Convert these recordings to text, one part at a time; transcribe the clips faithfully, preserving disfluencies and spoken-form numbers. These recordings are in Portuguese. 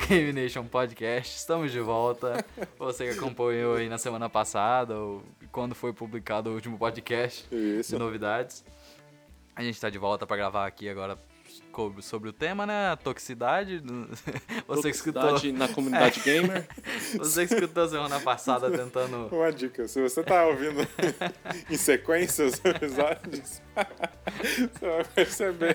Game Nation Podcast, estamos de volta. Você que acompanhou aí na semana passada, ou quando foi publicado o último podcast Isso. de novidades. A gente está de volta para gravar aqui agora sobre o tema, né? A toxicidade. Você que escutou... Toxicidade na comunidade É. gamer. Você que escutou semana passada tentando... Uma dica, se você tá ouvindo em sequência os episódios, você vai perceber.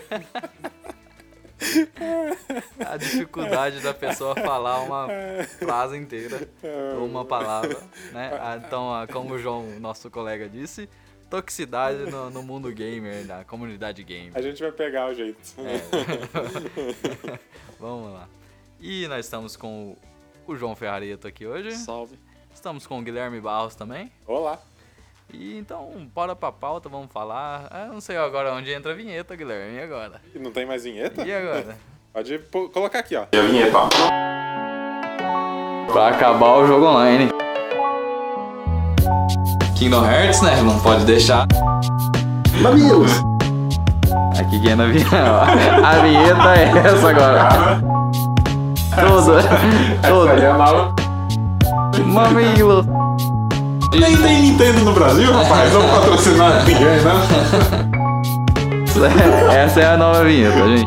A dificuldade da pessoa falar uma frase inteira ou uma palavra, né? Ah, Então, ah, como o João, nosso colega, disse, toxicidade no, no mundo gamer, na comunidade gamer. A gente vai pegar o jeito. É. Vamos lá. E nós estamos com o, o João Ferrareto aqui hoje. Salve. Estamos com o Guilherme Barros também. Olá. E então, bora pra pauta, vamos falar. Ah, não sei agora onde entra a vinheta, Guilherme. E agora? E não tem mais vinheta? E agora? Pode pô- colocar aqui, ó. E a vinheta? Pra acabar o jogo online. Kingdom Hearts, né? Não pode deixar. Mamilos! Aqui quem é na vinheta. A vinheta é essa agora. Tudo. Tudo. Aí é mal. Mamilo. Nem tem Nintendo no Brasil, rapaz. Não patrocinar ninguém, né? Essa é a nova vinheta, gente.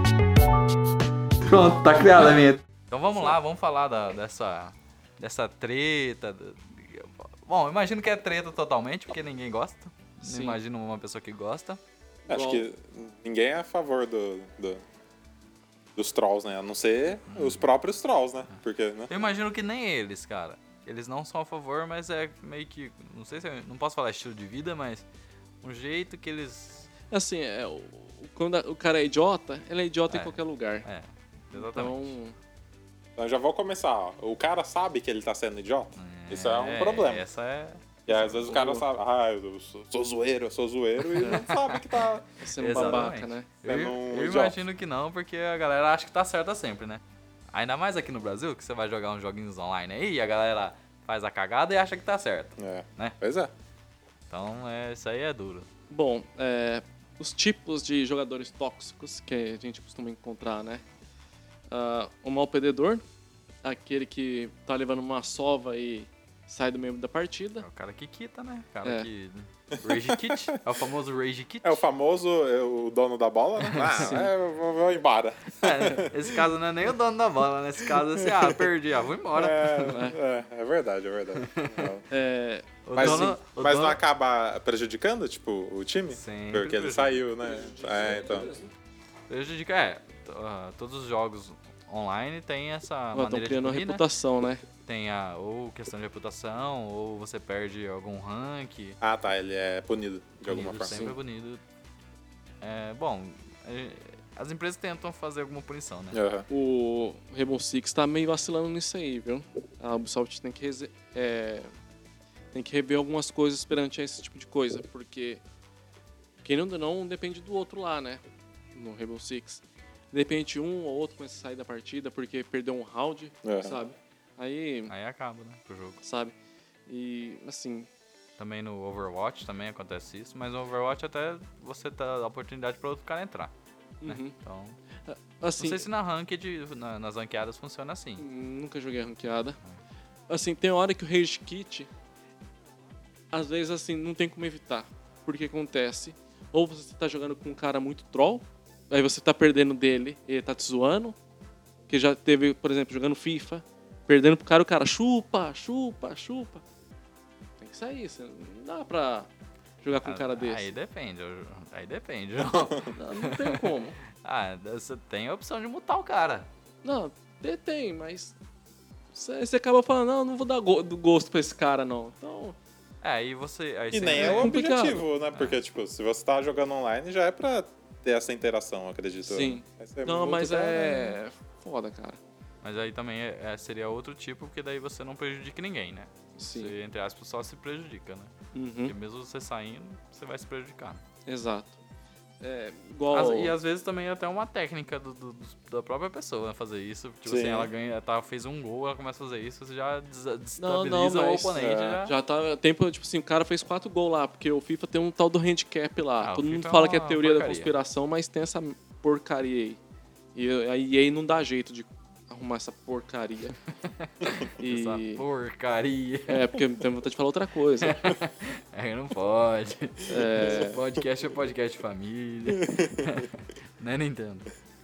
Pronto, tá criada a vinheta. Então vamos lá, vamos falar da, dessa, dessa treta. do- Bom, imagino que é treta totalmente, porque ninguém gosta. Não Sim. imagino uma pessoa que gosta. Acho Igual- que ninguém é a favor do, do- dos trolls, né? A não ser os próprios trolls, né? Porque, né? Eu imagino que nem eles, cara. Eles não são a favor, mas é meio que... Não sei se... eu- Não posso falar estilo de vida, mas... Um jeito que eles... Assim, é, o, quando a- o cara é idiota, ele é idiota É. em qualquer lugar. É, exatamente. Então, Então já vou começar, ó. O cara sabe que ele tá sendo idiota. Isso é um problema. Essa é... E às vezes o cara sabe, ah, eu sou, sou zoeiro, eu sou zoeiro, e não sabe que tá. é sendo Exatamente. babaca, né? Eu, Sendo um eu idiota. imagino que não, porque a galera acha que tá certa sempre, né? Ainda mais aqui no Brasil, que você vai jogar uns joguinhos online aí e a galera faz a cagada e acha que tá certo. É. Né? Pois é. Então, é, isso aí é duro. Bom, é, os tipos de jogadores tóxicos que a gente costuma encontrar, né? Ah, o mal perdedor, aquele que tá levando uma sova e sai do meio da É partida. o cara que quita, né? O cara É. que... Rage Kit. É o famoso Rage Kit. É o famoso, é o dono da bola, né? Ah, é, eu vou, vou embora. É, esse caso não é nem o dono da bola, nesse caso é assim, ah, perdi, ah, vou embora. É, é, é verdade, é verdade. É, O Mas, dono- sim, o mas dono- não acaba prejudicando, tipo, o time? Sempre Porque ele prejudica. saiu, né? É, então. Prejudica, é, t- ah, todos os jogos online tem essa estão maneira de criando punir, né? reputação, né? Tem a, ou questão de reputação, ou você perde algum rank. Ah, tá, ele é punido de alguma Punido, forma. sempre punido. É, bom, é, as empresas tentam fazer alguma punição, né? Aham. O Rainbow Six tá meio vacilando nisso aí, viu? A Ubisoft tem que, rese- é, tem que rever algumas coisas perante esse tipo de coisa, porque querendo ou não, depende do outro lá, né? No Rainbow Six. De repente um ou outro começa a sair da partida porque perdeu um round, Aham. sabe? Aí, Aí acaba, né, pro jogo. sabe? E, assim, Também no Overwatch também acontece isso, mas no Overwatch até você dá a oportunidade para outro cara entrar, né? uhum. Então, assim não sei se na ranked, na- nas ranqueadas funciona assim. nunca joguei ranqueada. Assim, tem hora que o Rage Kit, às vezes, assim, não tem como evitar. Porque acontece, ou você tá jogando com um cara muito troll, aí você tá perdendo dele e ele tá te zoando, que já teve, por exemplo, jogando FIFA, perdendo pro cara, o cara chupa, chupa, chupa. Tem que sair, você não dá pra jogar com um cara Ah, desse. Aí depende, eu- aí depende. Não, não tem como. Ah, você tem a opção de mutar o cara. Não, tem, tem, mas você você acaba falando, não, não vou dar go- do gosto pra esse cara, não. Então, É, aí você... Aí E você- nem é é o complicado. objetivo, né? Porque, tipo, se você tá jogando online, já é pra ter essa interação, acredito. Sim. Vai ser não, muito mas da- é foda, cara. Mas aí também é- é- seria outro tipo, porque daí você não prejudica ninguém, né? Sim. Você, entre aspas, só se prejudica, né? Uhum, Porque mesmo você saindo, você vai se prejudicar. exato. É, igual... As- e às vezes também é até uma técnica do, do- do- da própria pessoa, né, fazer isso. Tipo Sim. assim, ela ganha, tá, fez um gol, ela começa a fazer isso, você já des- Não, destabiliza não, o mas, oponente. é, Já... Já tá tempo, tipo assim, o cara fez quatro gols lá, porque o FIFA tem um tal do handicap lá. Ah, o Todo mundo FIFA é fala que é uma teoria da porcaria. conspiração, mas tem essa porcaria aí. E a E A não dá jeito de arrumar essa porcaria. Essa E... porcaria. É, porque tem vontade de falar outra coisa. É, não pode. É... Esse podcast é podcast de família. Não é Nintendo.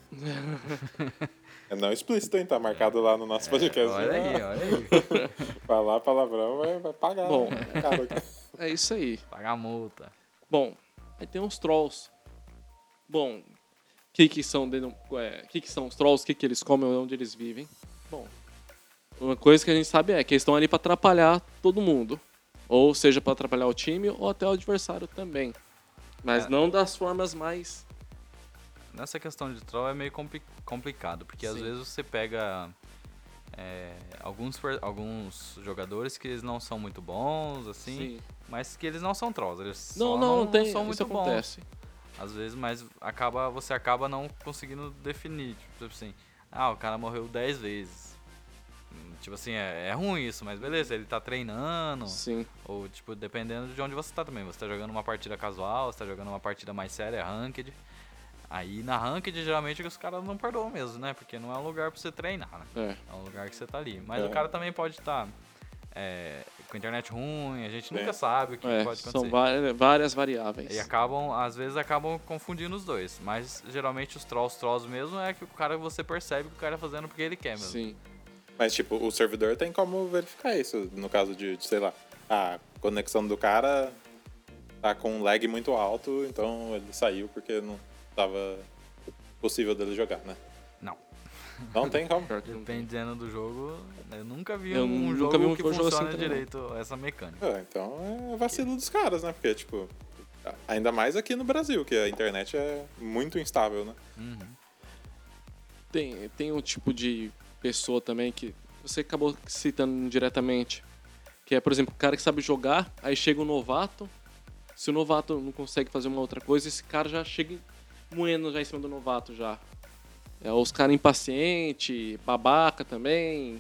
É não explícito, hein? Tá marcado lá no nosso podcast. Olha aí, olha aí. Falar palavrão vai, vai pagar. Bom. Né? Cara, É isso aí. Pagar multa. Bom, aí tem uns trolls. Bom, o que que são, é, que que são os trolls, o que que eles comem, onde eles vivem? Bom, uma coisa que a gente sabe é que eles estão ali para atrapalhar todo mundo. Ou seja, para atrapalhar o time ou até o adversário também. Mas É. não das formas mais... Nessa questão de troll é meio compli- complicado, porque às Sim. vezes você pega é, alguns, per- alguns jogadores que eles não são muito bons, assim, Sim. mas que eles não são trolls, eles Não, só não, não, não tem, são isso muito bons. acontece. Às vezes, mas acaba, você acaba não conseguindo definir, tipo assim, ah, o cara morreu dez vezes. Hum, Tipo assim, é, é ruim isso, mas beleza, ele tá treinando, Sim. ou tipo, dependendo de onde você tá também. Você tá jogando uma partida casual, você tá jogando uma partida mais séria, ranked. Aí na ranked, geralmente, os caras não perdoam mesmo, né? Porque não é um lugar pra você treinar, né? É. É um lugar que você tá ali. Mas É. o cara também pode estar com a internet ruim, a gente nunca É. sabe o que É, pode são acontecer. várias, várias variáveis. E acabam, às vezes, acabam confundindo os dois. Mas geralmente os trolls, trolls mesmo, é que o cara você percebe que o cara é fazendo porque ele quer mesmo. Sim. mas, tipo, o servidor tem como verificar isso. No caso de, de, sei lá, a conexão do cara tá com um lag muito alto, então ele saiu porque não tava possível dele jogar, né? Não. Não tem como. Pior que não tem. Dependendo do jogo, eu nunca vi Eu um nunca jogo vi um que jogo assim funciona também, não. direito essa mecânica. É, então é vacilo dos caras, né? Porque, tipo, ainda mais aqui no Brasil, que a internet é muito instável, né? Uhum. Tem, tem um tipo de pessoa também que você acabou citando diretamente. Que é, por exemplo, o cara que sabe jogar, aí chega um novato. Se o novato não consegue fazer uma outra coisa, esse cara já chega moendo já em cima do novato já. É, os caras impacientes, babaca também.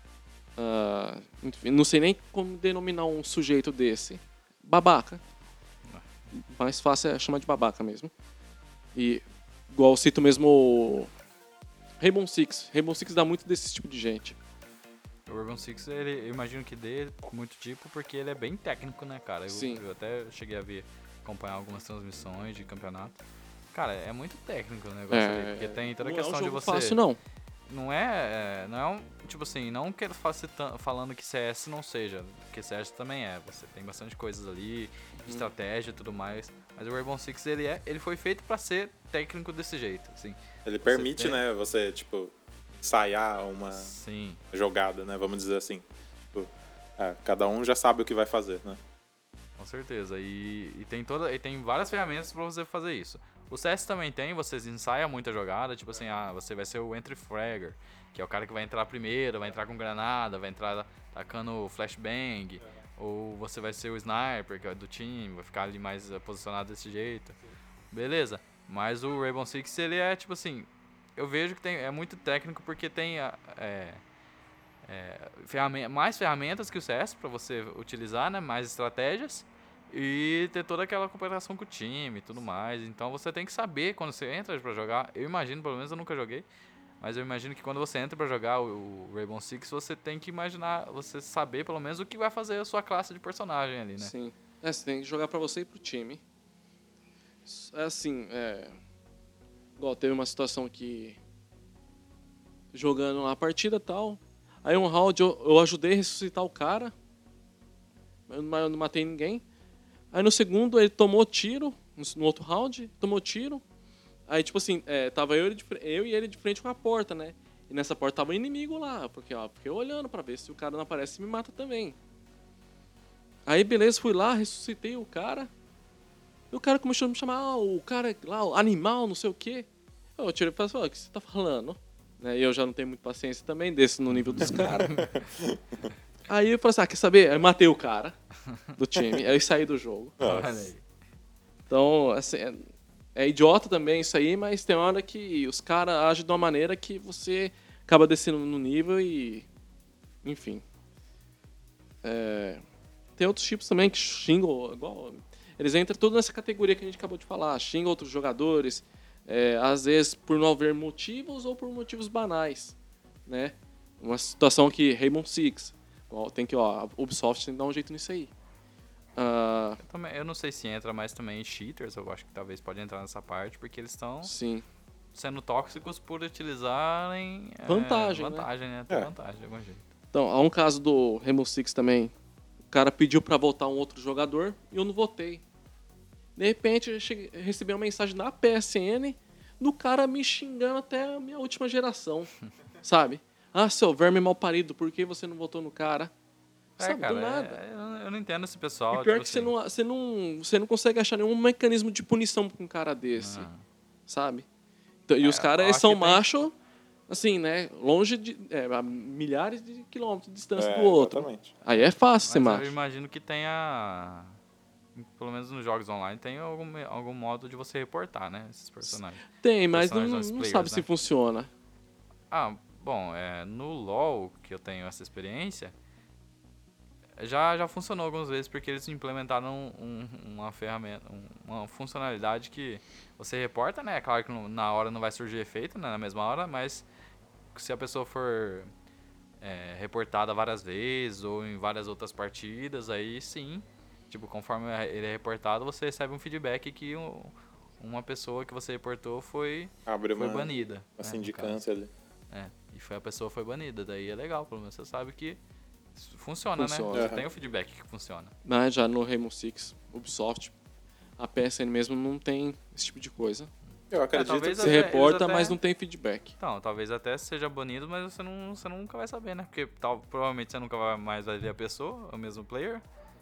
Ah, enfim, não sei nem como denominar um sujeito desse. Babaca. Mais fácil é chamar de babaca mesmo. E igual eu cito mesmo o Rainbow Six. Rainbow Six dá muito desse tipo de gente. O Rainbow Six, ele, eu imagino que dê muito tipo, porque ele é bem técnico, né, cara? Eu, Sim. eu até cheguei a ver, acompanhar algumas transmissões de campeonato. Cara, é muito técnico o negócio ali, porque tem toda a não questão é um de jogo você... fácil, não. Não é, é, não é um, tipo assim, não que ele faça tan- falando que C S não seja, porque C S também é, você tem bastante coisas ali, estratégia e tudo mais, mas o Rainbow Six, ele é, ele foi feito pra ser técnico desse jeito, assim. Ele permite, tem- né, você, tipo, ensaiar uma Sim, jogada, né? Vamos dizer assim. Tipo, é, cada um já sabe o que vai fazer, né? com certeza, e, e tem toda, e tem várias ferramentas pra você fazer isso. O C S também tem, você ensaia muita jogada, tipo assim, ah, você vai ser o entry fragger, que é o cara que vai entrar primeiro, vai entrar com granada, vai entrar tacando flashbang, ou você vai ser o sniper, que é do time, vai ficar ali mais eh, posicionado desse jeito. Beleza, mas o Rainbow Six, ele é tipo assim, eu vejo que tem, é muito técnico porque tem a- é, é, ferramen- mais ferramentas que o C S pra você utilizar, né, mais estratégias. E ter toda aquela cooperação com o time e tudo mais. Então você tem que saber quando você entra pra jogar. Eu imagino, pelo menos eu nunca joguei. Mas eu imagino que quando você entra pra jogar o, o Rainbow Six, você tem que imaginar, você saber pelo menos o que vai fazer a sua classe de personagem ali, né? Sim. É, você tem que jogar pra você e pro time. É assim, é... Igual, teve uma situação que... Jogando lá a partida e tal. Aí um round eu, eu ajudei a ressuscitar o cara. Eu não, eu não matei ninguém. Aí no segundo ele tomou tiro. No outro round, tomou tiro. Aí, tipo assim, é, tava eu, ele de fre- eu e ele de frente com a porta, né? E nessa porta tava o inimigo lá. Porque, ó, fiquei olhando pra ver se o cara não aparece e me mata também. Aí, beleza, fui lá, ressuscitei o cara. E o cara começou a me chamar, ah, o cara lá, o animal, não sei o quê. Eu tirei e falei, o que você tá falando? Né? E eu já não tenho muita paciência também, desse no nível dos caras. Aí eu falei assim, ah, quer saber? Aí eu matei o cara do time, aí eu saí do jogo. Olha aí. Então, assim, é, é idiota também isso aí, mas tem hora que os caras agem de uma maneira que você acaba descendo no nível e... Enfim. É, tem outros tipos também que xingam, igual... Eles entram tudo nessa categoria que a gente acabou de falar. Xingam outros jogadores, é, às vezes por não haver motivos ou por motivos banais. né? Uma situação que Rainbow Six, ó, tem que, ó, a Ubisoft tem que dar um jeito nisso aí. Uh, eu, também, eu não sei se entra mais também em cheaters, eu acho que talvez pode entrar nessa parte, porque eles estão sendo tóxicos por utilizarem vantagem, é, vantagem, né? né? Ter é. vantagem de algum jeito. Então, há um caso do Rainbow Six também. O cara pediu pra votar um outro jogador e eu não votei. De repente, eu cheguei, recebi uma mensagem na P S N do cara me xingando até a minha última geração, sabe? Ah, seu verme mal parido, por que você não votou no cara? É, Sabe, cara, do nada. É, eu não entendo esse pessoal. E pior tipo que você, assim. não, você, não, você não consegue achar nenhum mecanismo de punição com um cara desse, Ah. sabe? Então, e É, os caras eu acho são que tem- machos, assim, né? Longe de... É, a milhares de quilômetros de distância É, do outro. exatamente. Aí é fácil ser Mas macho. eu imagino que tenha, pelo menos nos jogos online, tem algum, algum modo de você reportar, né? Esses personagens. Tem, mas não, personagens, não players, sabe né? se funciona. Ah, bom, é, no LoL, que eu tenho essa experiência, já, já funcionou algumas vezes, porque eles implementaram um, uma ferramenta, um, uma funcionalidade que você reporta, né? Claro que não- na hora não vai surgir efeito, né? Na mesma hora, mas se a pessoa for é, reportada várias vezes ou em várias outras partidas, aí sim, tipo, conforme ele é reportado, você recebe um feedback que um- uma pessoa que você reportou foi, Abre foi uma, banida. uma né, no sindicância ali. caso. É, e foi a pessoa foi banida, daí é legal, pelo menos você sabe que funciona, Funciona. né? Você Aham. tem o feedback que funciona. Mas já no Rainbow Six, Ubisoft, a P S N mesmo não tem esse tipo de coisa. Eu acredito talvez que Você até- reporta, eles até- mas não tem feedback. Então, talvez até seja banido, mas você, não, você nunca vai saber, né? Porque tal, provavelmente você nunca vai mais vai ver a pessoa, o mesmo player.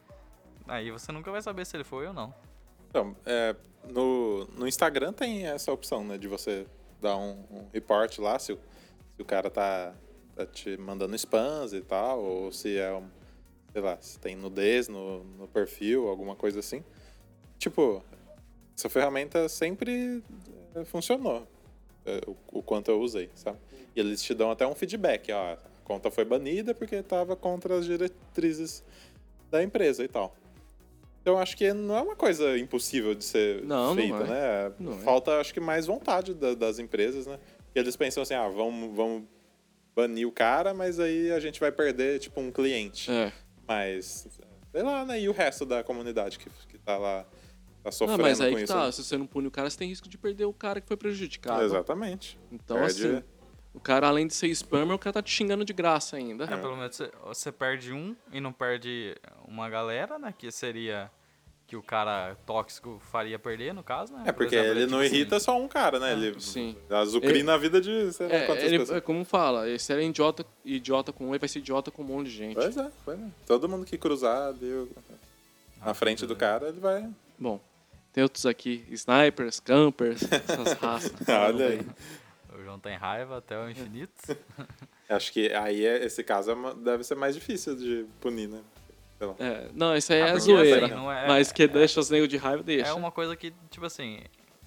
Aí você nunca vai saber se ele foi ou não. Então, é, no, no Instagram tem essa opção, né? De você dar um, um report lá, se o, se o cara tá, tá te mandando spams e tal, ou se é, um, sei lá, se tem nudez no, no perfil, alguma coisa assim. Tipo, essa ferramenta sempre é, funcionou, é, o, o quanto eu usei, sabe? E eles te dão até um feedback, ó, a conta foi banida porque tava contra as diretrizes da empresa e tal. Então acho que não é uma coisa impossível de ser Não, não feita, é. né? Não é. Falta, acho que, mais vontade da- das empresas, né? E eles pensam assim, ah, vamos, vamos banir o cara, mas aí a gente vai perder, tipo, um cliente. É. Mas, sei lá, né? E o resto da comunidade que, que tá lá, tá sofrendo Não, mas aí com que isso. tá. né? Se você não pune o cara, você tem risco de perder o cara que foi prejudicado. Exatamente. Então, Perde- assim, o cara, além de ser spammer, o cara tá te xingando de graça ainda. É, pelo menos você, você perde um e não perde uma galera, né? Que seria que o cara tóxico faria perder, no caso, né? É, Por porque exemplo, ele não tipo irrita assim, só um cara, né? Ele sim. azucrina a vida de sei lá É, quantas ele, pessoas. é como fala, se ele é idiota, idiota com um, ele vai ser idiota com um monte de gente. Pois é, pois é. Todo mundo que cruzar ali na frente do cara, ele vai... Bom, tem outros aqui, snipers, campers, essas raças. Olha aí. O João tem raiva até o infinito. Acho que aí é- esse caso é uma- deve ser mais difícil de punir, né? Sei lá. É, não, isso aí Ah, é porque, zoeira. assim, não é- mas que deixa os negros de raiva, deixa. É uma coisa que, tipo assim,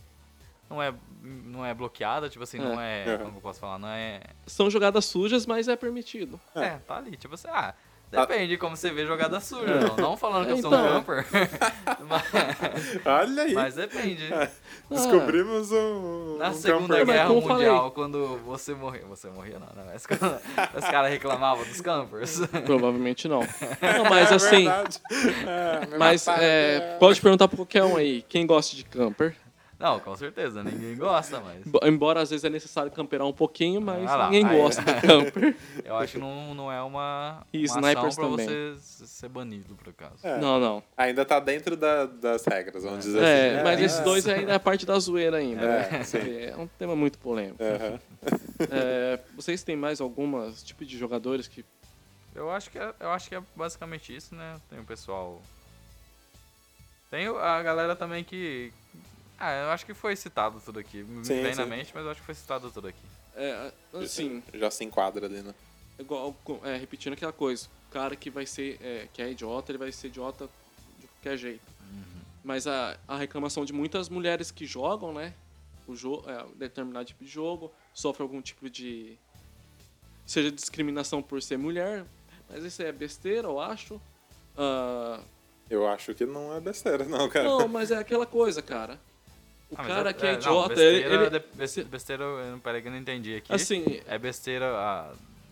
não é, não é bloqueada, tipo assim, não é, É. como eu posso falar, não é... São jogadas sujas, mas é permitido. É, tá ali, tipo assim, ah, depende de como você vê jogada suja, É. não, não falando que eu sou Então. um camper, mas, Olha aí, mas depende. descobrimos um, Na um Segunda camper. Mas Guerra como eu Mundial, falei- quando você morria, você morria não, né, mas quando os caras reclamavam dos campers. Provavelmente não. Não, mas É assim, verdade. É, me mas mataram, é, é. pode perguntar pra qualquer um aí, quem gosta de camper. Não, com certeza, ninguém gosta, mas Bo- Embora às vezes é necessário camperar um pouquinho, mas Ah lá, ninguém aí- gosta de camper. eu acho que não, não é uma, E uma snipers ação pra também. você s- ser banido, por acaso. É. Não, não. Ainda tá dentro da- das regras, vamos dizer É, assim. mas É, esses dois ainda é a parte da zoeira ainda. É, né? sim. É um tema muito polêmico. Aham. É, vocês têm mais alguns tipos de jogadores que... Eu acho que é, eu acho que é basicamente isso, né? Tem o pessoal. Tem o- a galera também que. Ah, eu acho que foi citado tudo aqui. Me Sim, vem na sim. mente, mas eu acho que foi citado tudo aqui. É, assim, Já se enquadra ali, né? igual, é, repetindo aquela coisa. O cara que vai ser, é, que é idiota, ele vai ser idiota de qualquer jeito. Mas a, a reclamação de muitas mulheres que jogam, né? O jogo, é, determinado tipo de jogo, sofre algum tipo de... Seja discriminação por ser mulher. Mas isso é besteira, eu acho. Ah, Eu acho que não é besteira, não, cara. não, mas é aquela coisa, cara. O Ah, mas cara é- que é é, não, idiota, besteira, ele... ele- de- beste- besteira, eu- peraí que eu não entendi aqui. assim, É besteira, ah,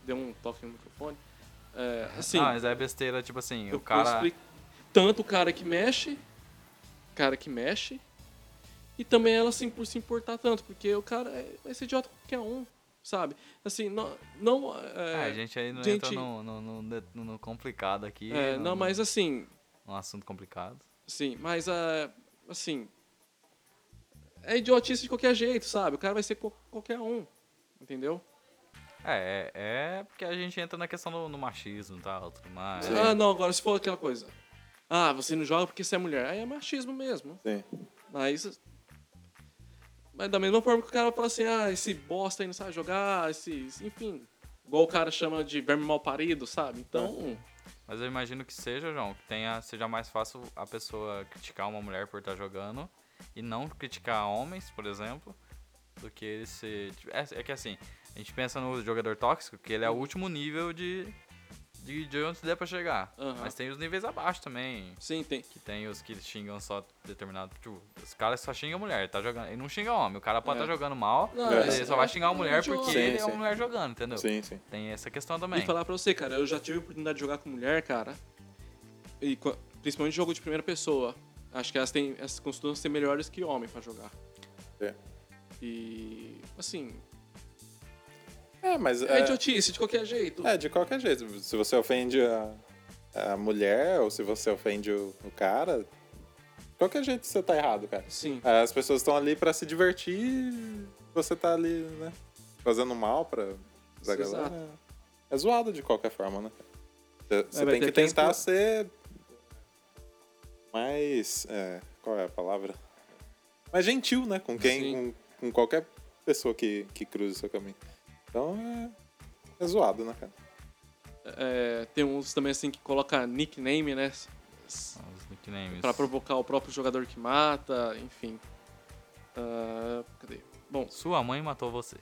deu um toque no microfone. É, assim, Ah, mas é besteira, tipo assim, eu o cara... vou explicar. Tanto o cara que mexe, cara que mexe, e também ela assim, por se importar tanto, porque o cara é, vai ser idiota com qualquer um, sabe? Assim, não... não é, Ah, a gente aí não gente- entra no, no, no, no- no complicado aqui. é, no- não, mas assim, Um assunto complicado. sim, mas é, assim, é idiotice de qualquer jeito, sabe? O cara vai ser co- qualquer um, entendeu? É, é, é porque a gente entra na questão do, do machismo e tal, tudo mais. Sim. Ah, não, agora se for aquela coisa. Ah, você não joga porque você é mulher. Aí é machismo mesmo. Sim. Mas. Mas da mesma forma que o cara fala assim, ah, esse bosta aí não sabe jogar, esse. Enfim. Igual o cara chama de verme mal parido, sabe? Então. Mas eu imagino que seja, João, que tenha, seja mais fácil a pessoa criticar uma mulher por estar jogando e não criticar homens, por exemplo, do que ele ser... É, é que assim, a gente pensa no jogador tóxico, que ele é o último nível de, de, de onde der pra chegar. Aham. Mas tem os níveis abaixo também, Sim, tem. que tem os que xingam só determinado... Tipo, os caras só xingam mulher, ele tá jogando... Ele não xinga homem, o cara pode É. estar jogando mal, Não, mas é- ele só vai xingar a mulher Sim, porque sim. ele é uma mulher jogando, entendeu? Sim, sim. Tem essa questão também. E falar pra você, cara, eu já tive a oportunidade de jogar com mulher, cara. E co- principalmente jogo de primeira pessoa. Acho que elas, têm, elas costumam ser melhores que homem pra jogar. É. E. Assim. É, mas... É, É, idiotice de qualquer jeito. é, de qualquer jeito. Se você ofende a, a mulher ou se você ofende o, o cara, de qualquer jeito você tá errado, cara. Sim. As pessoas estão ali pra se divertir, você tá ali, né, fazendo mal pra, pra Exato. galera. É zoado de qualquer forma, né? Você você É, vai tem ter que aqueles tentar que- ser mais... é, qual é a palavra? Mais gentil, né? Com quem, Sim. com, com qualquer pessoa que, que cruze o seu caminho. Então é, é zoado, né, cara? É, tem uns também assim que coloca nickname, né? Os nicknames. Pra provocar o próprio jogador que mata, enfim. Ah, cadê? Bom, Sua mãe matou você.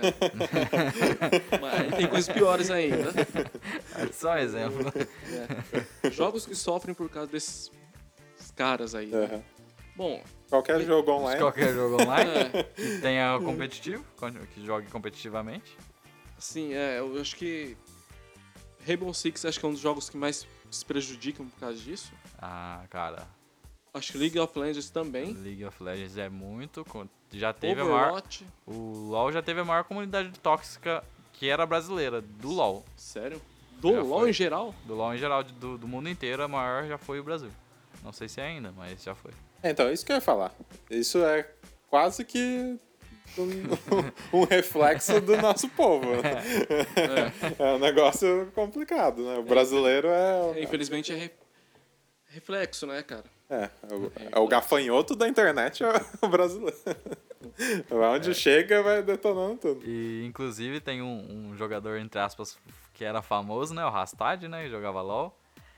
mas tem coisas piores ainda. Só um exemplo. É. Jogos que sofrem por causa desses caras aí. né? Aham. Bom, Qualquer jogo De online. qualquer jogo online. é, Que tenha o competitivo, que jogue competitivamente. assim, é, eu acho que Rainbow Six acho que é um dos jogos que mais se prejudicam por causa disso. Ah, cara. Acho que League of Legends também. League of Legends é muito. co- Já teve a maior. Overwatch. O LoL já teve a maior comunidade tóxica que era brasileira, do LoL. Sério? Do Já LoL foi. em geral? Do LoL em geral, de- do, do mundo inteiro, a maior já foi o Brasil. Não sei se é ainda, mas já foi. É, então, isso que eu ia falar. Isso é quase que um, um reflexo do nosso povo. né? É. um negócio complicado, né? O brasileiro é. É, infelizmente é re- reflexo, né, cara? É, é o, é o gafanhoto da internet, é o brasileiro. Onde chega, vai detonando tudo. E inclusive tem um, um jogador, entre aspas, que era famoso, né? O Rastad, né? Que jogava LoL.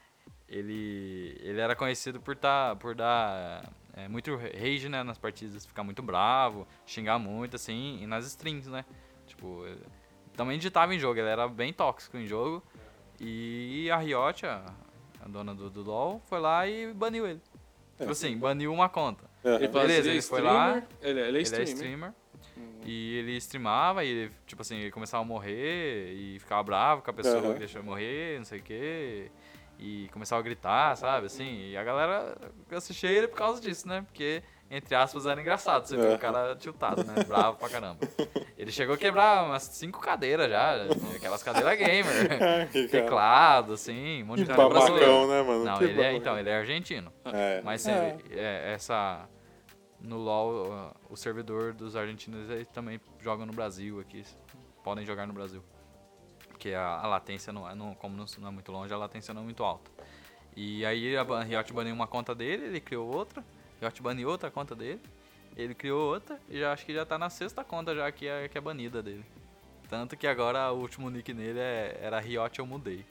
Ele, ele era conhecido por, tá, por dar é, muito rage, né? Nas partidas, ficar muito bravo, xingar muito, assim, e nas streams, né? Tipo, ele também digitava em jogo, ele era bem tóxico em jogo. E a Riot, a, a dona do, do LoL, foi lá e baniu ele. Tipo assim, baniu uma conta. Ele Aham. Beleza, fazia ele foi lá, streamer, Ele, ele é Ele é streamer. streamer. E ele streamava e ele, tipo assim, ele começava a morrer e ficava bravo com a pessoa Aham. que deixou ele morrer, não sei o quê. E começava a gritar, sabe, assim. E a galera assistia ele por causa disso, né? Porque, entre aspas, era engraçado você ver Aham. o cara tiltado, né? Bravo pra caramba. Ele chegou a quebrar umas cinco cadeiras já, aquelas cadeiras gamer. Que cara. Teclado, assim, um monte de Que cara babacão, brasileiro. né, mano? Não, Que ele é, babacão. então, ele é argentino. É. Mas É. ele- é, essa. No LoL, uh, o servidor dos argentinos eles também jogam no Brasil aqui. Podem jogar no Brasil. Porque a, a latência, não, é- não, como não, não é muito longe, a latência não é muito alta. E aí a Ban- Riot baniu uma conta dele, ele criou outra. Riot baniu outra conta dele. Ele criou outra e já acho que já tá na sexta conta já que é, que é banida dele. Tanto que agora o último nick nele é, era Riot Eu Mudei.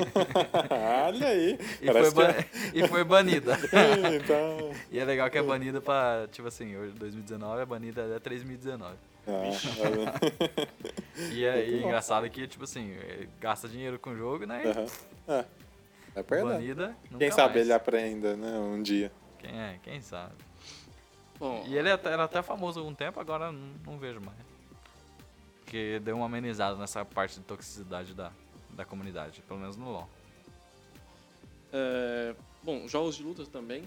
Olha aí. E foi, Parece que ba- é- e foi banida. então... E é legal que é banida pra, tipo assim, hoje dois mil e dezenove, é banida até três mil e dezenove. Ah, E é, e é engraçado que, tipo assim, ele gasta dinheiro com o jogo, né? E aham. É. É verdade. banida, nunca Quem sabe mais. ele aprenda, né? Um dia. Quem é? Quem sabe? Bom, E ele até- era até famoso há algum tempo, agora não, não vejo mais. que deu uma amenizada nessa parte de toxicidade da, da comunidade, pelo menos no LoL. É, bom, jogos de luta também.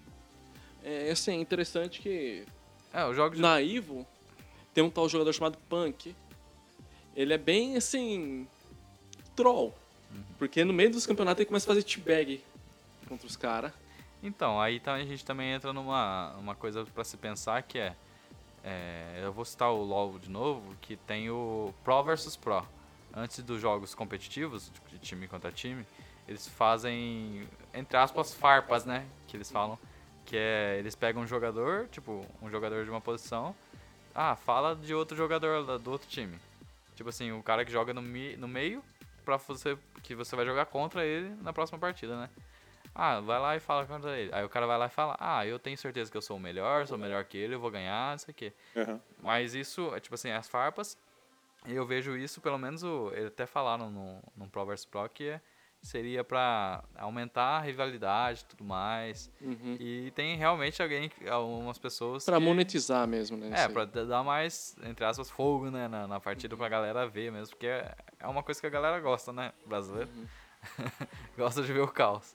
É assim, interessante que É, o jogo de... na Evo tem um tal jogador chamado Punk. Ele é bem assim. Troll. Uhum. Porque no meio dos campeonatos ele começa a fazer teabag contra os caras. Então, aí tá, a gente também entra numa uma coisa pra se pensar que é, é. Eu vou citar o LoL de novo, que tem o Pro versus Pro. Antes dos jogos competitivos, de time contra time, eles fazem, entre aspas, farpas, né? Que eles falam. Que é, eles pegam um jogador, tipo, um jogador de uma posição. Ah, fala de outro jogador do outro time. Tipo assim, o cara que joga no, mi, no meio, pra você, que você vai jogar contra ele na próxima partida, né? Ah, vai lá e fala contra ele. Aí o cara vai lá e fala, ah, eu tenho certeza que eu sou o melhor, sou melhor que ele, eu vou ganhar, não sei o quê. Uhum. Mas isso, é tipo assim, as farpas, eu vejo isso, pelo menos, o, eles até falaram no, no Pro versus Pro, que é, seria pra aumentar a rivalidade e tudo mais. Uhum. E tem realmente alguém, algumas pessoas Pra que, monetizar mesmo, né? é, isso aí. pra d- dar mais, entre aspas, fogo, né, na, na partida pra galera ver mesmo, porque é, é uma coisa que a galera gosta, né, brasileiro. Gosta de ver o caos.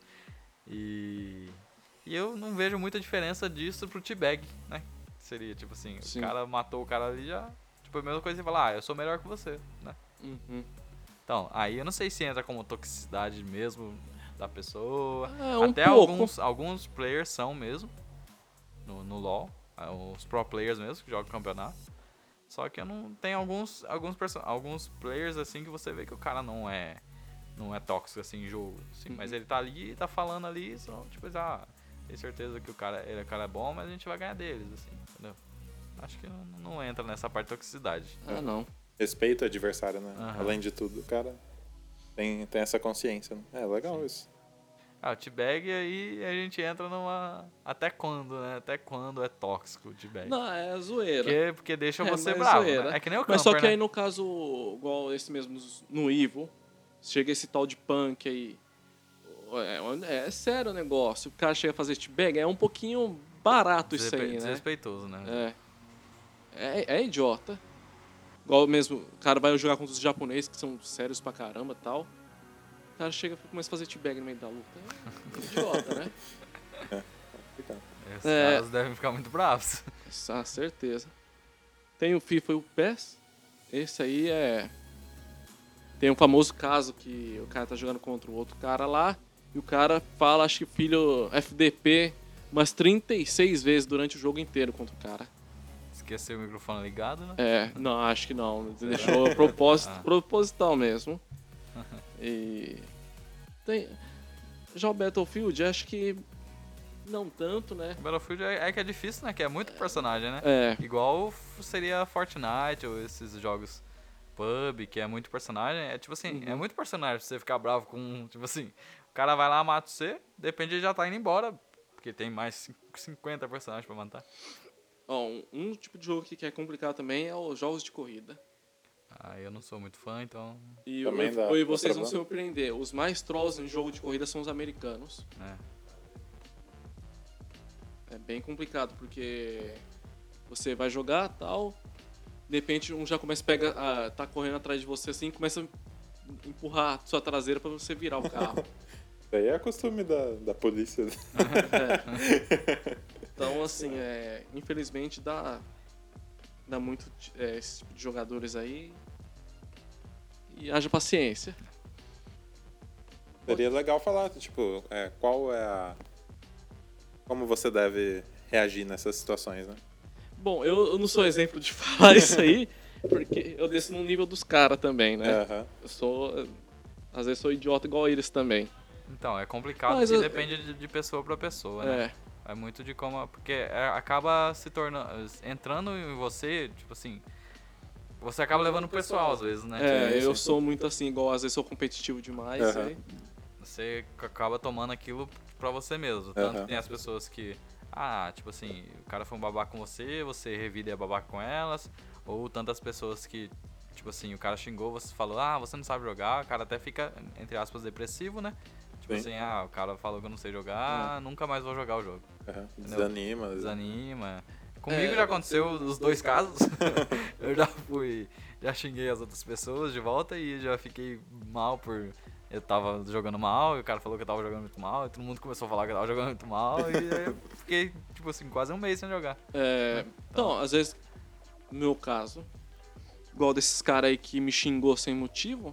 E, e eu não vejo muita diferença disso pro T-Bag, né, seria, tipo assim, Sim. o cara matou o cara ali já, tipo, a mesma coisa que falar, ah, eu sou melhor que você, né. Uhum. Então, aí eu não sei se entra como toxicidade mesmo da pessoa. É, um Até pouco. alguns, alguns players são mesmo no, no LoL. ah, Os pro players mesmo que jogam campeonato. Só que eu não tem alguns alguns, perso- alguns players assim que você vê que o cara não é não é tóxico assim em jogo, assim, mas ele tá ali e tá falando ali, só tipo, ah, tenho certeza que o cara, ele é cara bom, mas a gente vai ganhar deles, assim, entendeu? Acho que não, não entra nessa parte de toxicidade. Ah, não. Respeito o adversário, né? Aham. Além de tudo, o cara tem, tem essa consciência, né? É legal isso. Ah, o T-Bag aí a gente entra numa. Até quando, né? Até quando é tóxico o T-Bag? Não, é zoeira. Porque, porque deixa É, você mas bravo. zoeira. Né? É que nem o Mas Camper, só que né? aí no caso, igual esse mesmo no Evo, chega esse tal de Punk aí. É, é sério o negócio. O cara chega a fazer teabag, é um pouquinho barato isso Desrespe- aí, né? Desrespeitoso, né? É. É, é idiota. Igual mesmo, o cara vai jogar contra os japoneses, que são sérios pra caramba e tal. O cara chega e começa a fazer teabag no meio da luta. É idiota, né? Esses É. caras devem ficar muito bravos. Ah, certeza. Tem o FIFA e o P E S. Esse aí é... Tem um famoso caso que o cara tá jogando contra o outro cara lá. E o cara fala, acho que filho F D P umas trinta e seis vezes durante o jogo inteiro contra o cara. Esqueceu o microfone ligado, né? É, não, acho que não. Deixou propósito, Ah. proposital mesmo. E... Tem... Já o Battlefield, acho que não tanto, né? O Battlefield é, é que é difícil, né? Que é muito personagem, né? É. Igual f- seria Fortnite ou esses jogos P U B, que é muito personagem. É tipo assim, é muito personagem pra você ficar bravo com. Tipo assim, o cara vai lá, mata você, depende, ele já tá indo embora. Porque tem mais cin- cinquenta personagens pra matar. Ó, um, um tipo de jogo aqui que é complicado também é os jogos de corrida. Ah, eu não sou muito fã, então. E, Também eu, dá- e dá vocês vão problema. se surpreender. Os mais trolls em jogo de corrida são os americanos. É. É bem complicado, porque você vai jogar tal, de repente um já começa a pegar, ah, tá correndo atrás de você assim, começa a empurrar a sua traseira pra você virar o carro. Isso aí é costume da, da polícia. Então, assim, é, infelizmente dá, dá muito é, esse tipo de jogadores aí. E haja paciência. Seria legal falar, tipo, é, qual é a... Como você deve reagir nessas situações, né? Bom, eu, eu não sou exemplo de falar isso aí, porque eu desço no nível dos caras também, né? Aham. Eu sou. Às vezes sou idiota igual eles também. Então, é complicado Mas porque eu- depende de, de pessoa pra pessoa, né? É. É muito de como. Porque é- acaba se tornando. Entrando em você, tipo assim. Você acaba levando o pessoal às vezes, né? É, sim, eu sim. sou muito assim, igual às vezes sou competitivo demais. Aham. Aí, Você c- acaba tomando aquilo pra você mesmo. Tanto Aham. que tem as pessoas que. Ah, tipo assim, o cara foi um babaca com você, você revida e é babaca com elas. Ou tantas pessoas que, tipo assim, o cara xingou, você falou, ah, você não sabe jogar, o cara até fica, entre aspas, depressivo, né? Tipo Sim. assim, ah, o cara falou que eu não sei jogar, nunca mais vou jogar o jogo. Aham. Desanima. Desanima. Comigo É, já aconteceu os dois casos. Eu já fui, já xinguei as outras pessoas de volta e já fiquei mal por... Eu tava jogando mal e o cara falou que eu tava jogando muito mal e todo mundo começou a falar que eu tava jogando muito mal e aí eu fiquei, tipo assim, quase um mês sem jogar. É, então, às vezes, no meu caso, igual desses caras aí que me xingou sem motivo,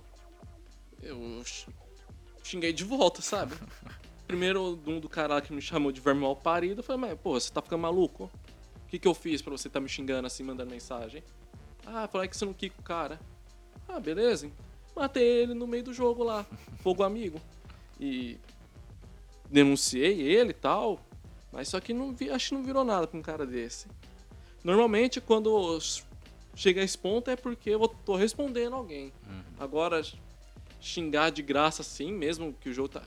eu x- xinguei de volta, sabe? Primeiro, um do cara lá que me chamou de verme mal parido, eu falei, mas, pô, você tá ficando maluco? O que que eu fiz pra você tá me xingando assim, mandando mensagem? Ah, falei que você não quica o cara. Ah, beleza. Matei ele no meio do jogo lá, fogo amigo. E denunciei ele e tal, mas só que não vi, acho que não virou nada pra um cara desse. Normalmente, quando chega a esse ponto é porque eu tô respondendo alguém. Uhum. Agora, xingar de graça assim, mesmo que o jogo tá...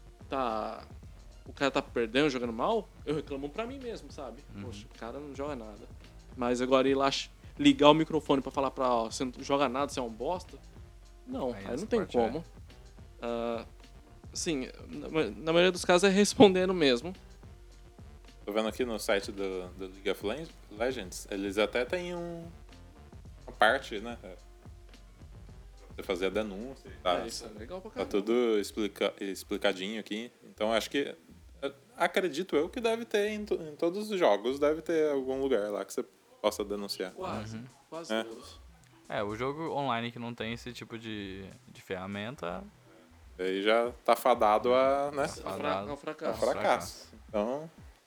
tá o cara tá perdendo, jogando mal, eu reclamo pra mim mesmo, sabe? Uhum. Poxa, o cara não joga nada. Mas agora ir lá ligar o microfone pra falar pra, ó, você não joga nada, você é um bosta... Não, Aí aí, essa não tem parte como. Ah, assim, na, na maioria dos casos é respondendo mesmo. Tô vendo aqui no site do, do League of Leg- Legends, eles até têm um, uma parte, né? Pra você fazer a denúncia e tal. É, isso é legal pra Tá caramba. tudo explica, explicadinho aqui. Então acho que. eh, Acredito eu que deve ter em, to- em todos os jogos, deve ter algum lugar lá que você possa denunciar. Quase, quase É. todos. É, o jogo online que não tem esse tipo de, de ferramenta Aí já tá fadado a, né, É um fra- é um a fracasso. fracasso. Então.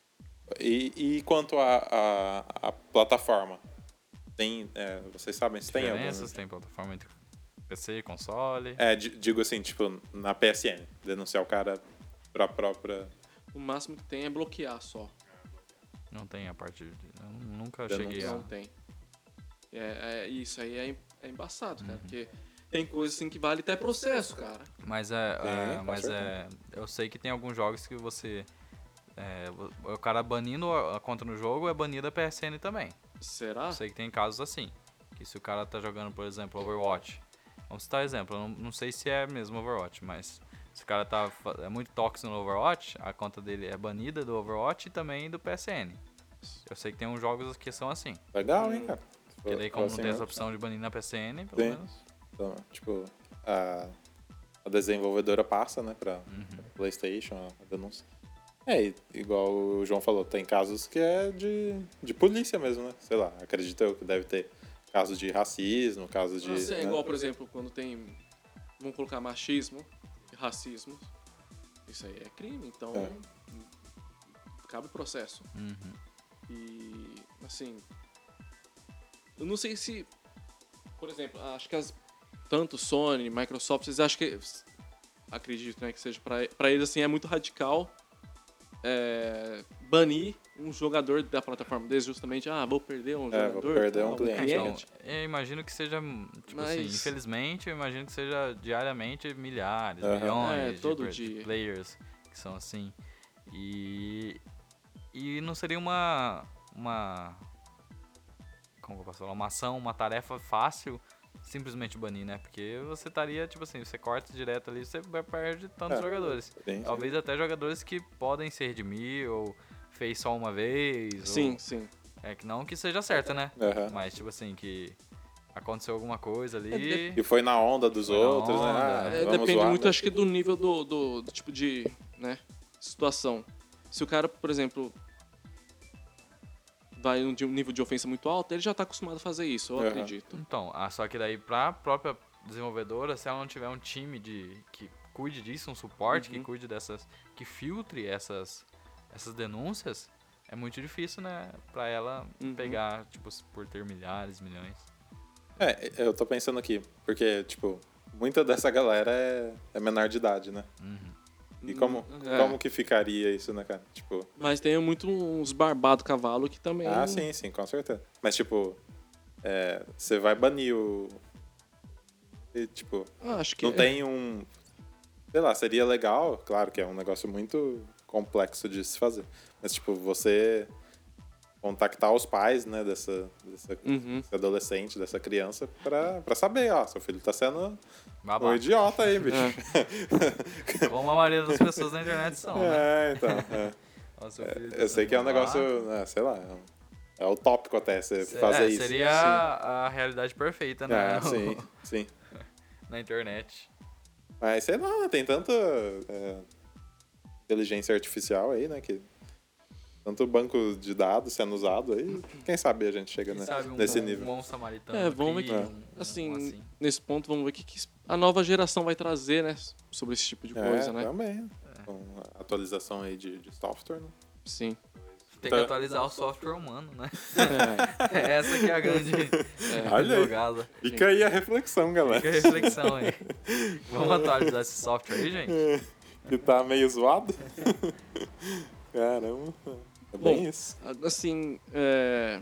E, e quanto à a, a, plataforma? Tem. É, vocês sabem se tem algum. diferenças, tem plataforma entre P C e console. É, di- digo assim, tipo, na P S N, denunciar o cara pra própria. O máximo que tem é bloquear só. Não tem a parte de... Eu nunca Denúncia. cheguei a... Não tem. É, é- isso aí é, em- é embaçado, Uhum. cara. Porque tem coisa assim que vale até processo, cara. Mas é, Tem, é, com mas certeza. é, eu sei que tem alguns jogos que você, é, o o cara banindo a a conta no jogo é banido a P S N também. Será? Eu sei que tem casos assim, que se o cara tá jogando, por exemplo, Overwatch, vamos citar exemplo, eu não, não sei se é mesmo Overwatch, mas se o cara tá fa- é muito tóxico no Overwatch, a conta dele é banida do Overwatch e também do P S N. Eu sei que tem uns jogos que são assim, Legal, hein, cara? porque daí como não Assim, tem né? essa opção de banir na P S N, pelo Sim. menos... Então, tipo, a, a desenvolvedora passa, né, pra Uhum. PlayStation, a denúncia. É, e- igual o João falou, tem casos que é de, de polícia mesmo, né? Sei lá, acredito eu que deve ter casos de racismo, casos de. Assim, é né? igual, por exemplo, quando tem. Vamos colocar machismo, racismo. Isso aí é crime, então. É. Cabe o processo. Uhum. E. Assim. Eu não sei se. Por exemplo, acho que as. Tanto Sony, Microsoft, vocês acham que. Acredito, né, que seja pra, pra eles assim, é muito radical. É, banir um jogador da plataforma deles justamente, ah, vou perder um É, vou jogador, perder tal, um cliente. Então, eu imagino que seja, tipo Mas- assim, infelizmente, eu imagino que seja diariamente milhares, Aham. milhões É, de, todo per- de dia. players que são assim. E, e não seria uma, uma, como que eu posso falar, uma ação, uma tarefa fácil simplesmente banir, né? Porque você estaria, tipo assim, você corta direto ali, você vai- perde tantos É, jogadores. Sim, sim. Talvez até jogadores que podem se redimir ou fez só uma vez. Sim, ou- sim. é que não que seja certa, né? Aham. Mas, tipo assim, que aconteceu alguma coisa É, ali. E foi na onda dos Foi na outros, né? onda. Ah, É, vamos depende zoar, muito, né? acho que, do nível do, do, do tipo de, né, situação. Se o cara, por exemplo, vai de um nível de ofensa muito alto, ele já tá acostumado a fazer isso, eu Aham. acredito. Então, ah, só que daí pra própria desenvolvedora, se ela não tiver um time de que cuide disso, um suporte que Uhum. cuide dessas, que filtre essas, essas denúncias, é muito difícil, né? Pra ela Uhum. pegar, tipo, por ter milhares, milhões. É, eu tô pensando aqui, porque, tipo, muita dessa galera é, é menor de idade, né? Uhum. E como, É. como que ficaria isso, né, cara? Tipo, Mas tem muito uns barbados cavalo que também... ah, sim, sim, com certeza. Mas, tipo, é, você vai banir o... e, tipo, Ah, acho que não é. tem um... Sei lá, seria legal, claro que é um negócio muito complexo de se fazer. Mas, tipo, você contactar os pais, né, dessa, dessa, Uhum. desse adolescente, dessa criança, pra, pra saber, ó, seu filho tá sendo um Babaca. idiota aí, bicho. É. Como a maioria das pessoas na internet são, né? É, então. é. Ó, seu filho tá Eu sei que é um sendo negócio, babaca. né, sei lá, é um, é utópico até você fazer é, isso. Seria a, a realidade perfeita, né? É, sim, sim. Na internet. Mas sei lá, tem tanta é, inteligência artificial aí, né? Que, tanto banco de dados sendo usado aí. Quem sabe a gente chega Quem né, sabe um nesse bom, nível. um bom samaritano. É, vamos ver cria que, um- um assim, assim. nesse ponto, vamos ver o que, que a nova geração vai trazer, né? Sobre esse tipo de coisa, é, né? também. Com a atualização aí de, de software, né? Sim. Tem Tá. que atualizar o software humano, né? É, É essa que é a grande Olha aí. jogada. Fica aí a reflexão, galera. Fica a reflexão aí. Vamos atualizar esse software aí, gente? Que tá meio zoado. Caramba. É bem Bom, isso. assim, é,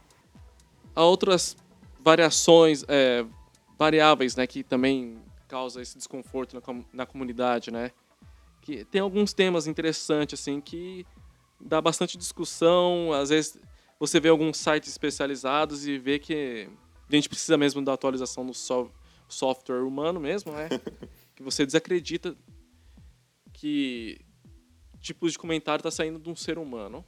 há outras variações, é, variáveis, né, que também causam esse desconforto na, com- na comunidade, né? Que tem alguns temas interessantes, assim, que dá bastante discussão. Às vezes você vê alguns sites especializados e vê que a gente precisa mesmo da atualização do so- software humano mesmo, né? Que você desacredita que tipos de comentário está saindo de um ser humano.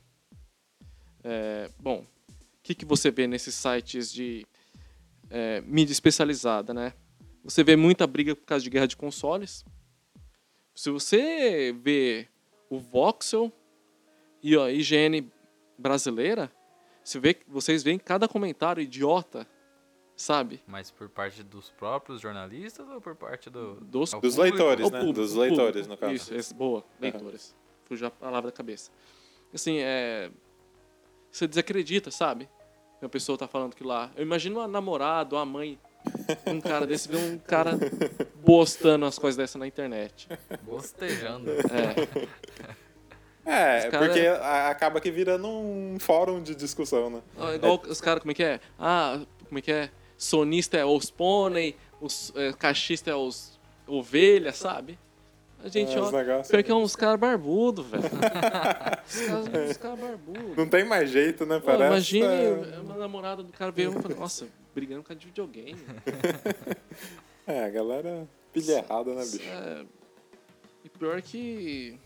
É, bom, o que, que você vê nesses sites de é, mídia especializada, né? Você vê muita briga por causa de guerra de consoles. Se você vê o Voxel e a I G N brasileira, você vê, vocês veem cada comentário idiota, sabe? Mas por parte dos próprios jornalistas ou por parte do... Dos- ao Dos público? leitores, Ao né? público, Dos ao leitores, público. no caso. Isso, esse- boa, leitores. Fugiu a palavra da cabeça. Assim, é... Você desacredita, sabe? Que a pessoa tá falando aquilo lá. Eu imagino uma namorada, uma mãe, um cara desse, ver um cara postando as coisas dessa na internet. Bostejando. É, É, Os cara- porque a- acaba que virando um fórum de discussão, né? ó, igual os caras, como é que é? Ah, como é que é? Sonista é os pônei, os é, caixista é os ovelha, sabe? A gente, É, ó, os negócios- pior que é uns caras barbudos, velho. Os caras uns caras barbudos. Não tem mais jeito, né? Pô, Parece. imagine é- uma namorada do cara ver um e falar, nossa, brigando por causa de videogame. É, a galera pilha errada, né, bicho? É, e pior que.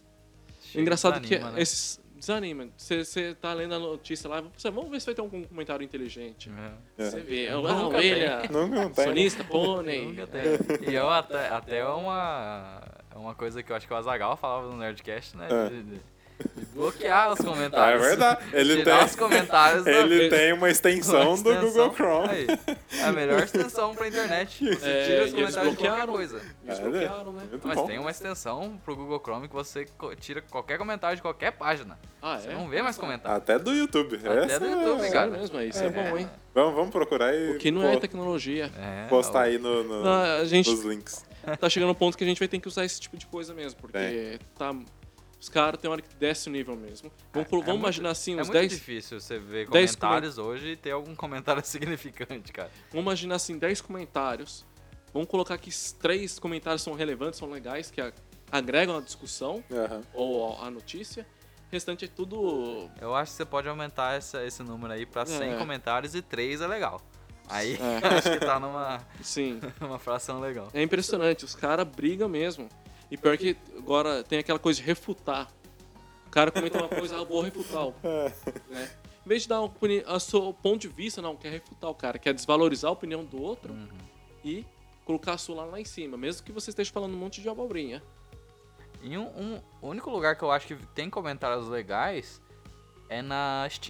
Chega, Engraçado desanima, que né? esses. Desanima. Você, você tá lendo a notícia lá, você, vamos ver se vai ter algum comentário inteligente. É. Você vê, ah, Nunca ovelha, Nunca não tem. né? sonista, pônei. Nunca tem. E eu até, até é uma, é uma coisa que eu acho que o Azaghal falava no Nerdcast, né? É. De, de- de bloquear os Ah, é comentários. verdade. Ele Tirar tem, os comentários da- ele tem uma extensão Uma do extensão. Google Chrome. Aí, é a melhor extensão pra internet. Você É, tira os e eles comentários de qualquer bloquearam. coisa. Eles É, bloquearam, né? Muito Mas bom. tem uma extensão pro Google Chrome que você co- tira qualquer comentário de qualquer página. Ah, Você é? não vê mais comentário. Até do YouTube. Até Essa do YouTube, é- cara. Sério mesmo, isso é, bom, hein? Vamos, vamos procurar e O que não po- é tecnologia. É, postar o- aí no, no- Não, a gente nos links. tá chegando um ponto que a gente vai ter que usar esse tipo de coisa mesmo, porque Tem. tá. Os caras tem hora que desce o nível mesmo. Vamos, colo- É vamos muito- imaginar assim, É uns muito dez. difícil você ver dez comentários hoje e ter algum comentário significante, cara. Vamos imaginar assim, dez comentários. Vamos colocar que s- três comentários são relevantes, são legais, que a- agregam a discussão Aham. ou a notícia. O restante é tudo. Eu acho que você pode aumentar essa, esse número aí pra cem É. comentários e três é legal. Aí É. acho que tá numa Sim. uma fração legal. É impressionante, os caras brigam mesmo. E pior que agora tem aquela coisa de refutar. O cara comenta uma coisa, ah, eu vou refutar. Né? Em vez de dar uma opini- a seu ponto de vista, não, quer refutar o cara, quer desvalorizar a opinião do outro Uhum. e colocar a sua lá, lá em cima, mesmo que você esteja falando um monte de abobrinha. E um, um o único lugar que eu acho que tem comentários legais é na Steam.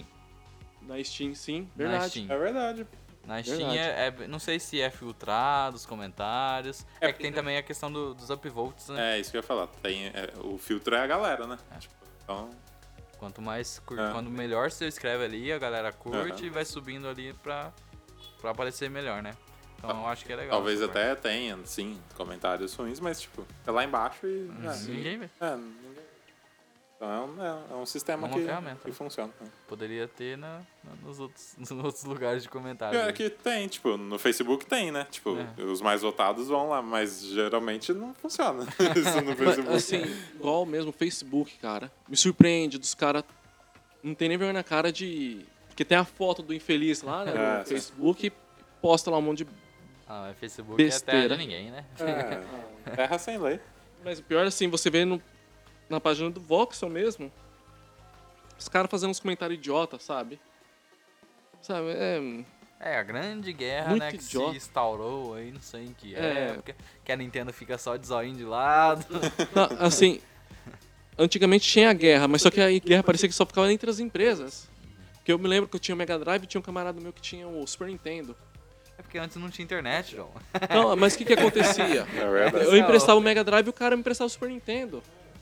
Na Steam, sim, Na verdade. Steam. É verdade. Na Steam Verdade. é, é- não sei se é filtrado os comentários. É, É que tem também a questão do- dos upvotes, né? É, isso que eu ia falar. Tem, é, o filtro é a galera, né? Tipo, então, Quanto mais cur... É. quanto melhor você escreve ali, a galera curte Aham. e vai subindo ali pra, pra aparecer melhor, né? Então eu acho que é legal. talvez essa parte. até tenha, sim, comentários ruins, mas, tipo, é lá embaixo e... é, Ninguém vê. é, ninguém... Então é um, é, é um sistema É uma que, ferramenta. que funciona. né? Poderia ter na, na- nos, outros, nos outros lugares de comentários. Pior aí. que tem, tipo, no Facebook tem, né? Tipo, É. os mais votados vão lá, mas geralmente não funciona isso no Mas, Facebook. assim, igual mesmo o Facebook, cara. Me surpreende dos caras. Não tem nem vergonha na cara de. Porque tem a foto do infeliz lá, né? É, no sim. Facebook e posta lá um monte de. Ah, mas Facebook é Besteira. terra de ninguém, né? É, terra sem lei. Mas o pior é assim, você vê no, na página do Voxel mesmo. Os caras fazendo uns comentários idiota, sabe? Sabe, é... É, a grande guerra, Muito né, que idiota. se instaurou aí, não sei em que É. época, que a Nintendo fica só de zoinho de lado. Não, assim, antigamente tinha a guerra, mas só que a guerra parecia que só ficava entre as empresas. Porque eu me lembro que eu tinha o Mega Drive e tinha um camarada meu que tinha o Super Nintendo. É porque antes não tinha internet, João. Não, mas o que que acontecia? É verdade. Eu emprestava o Mega Drive e o cara me emprestava o Super Nintendo.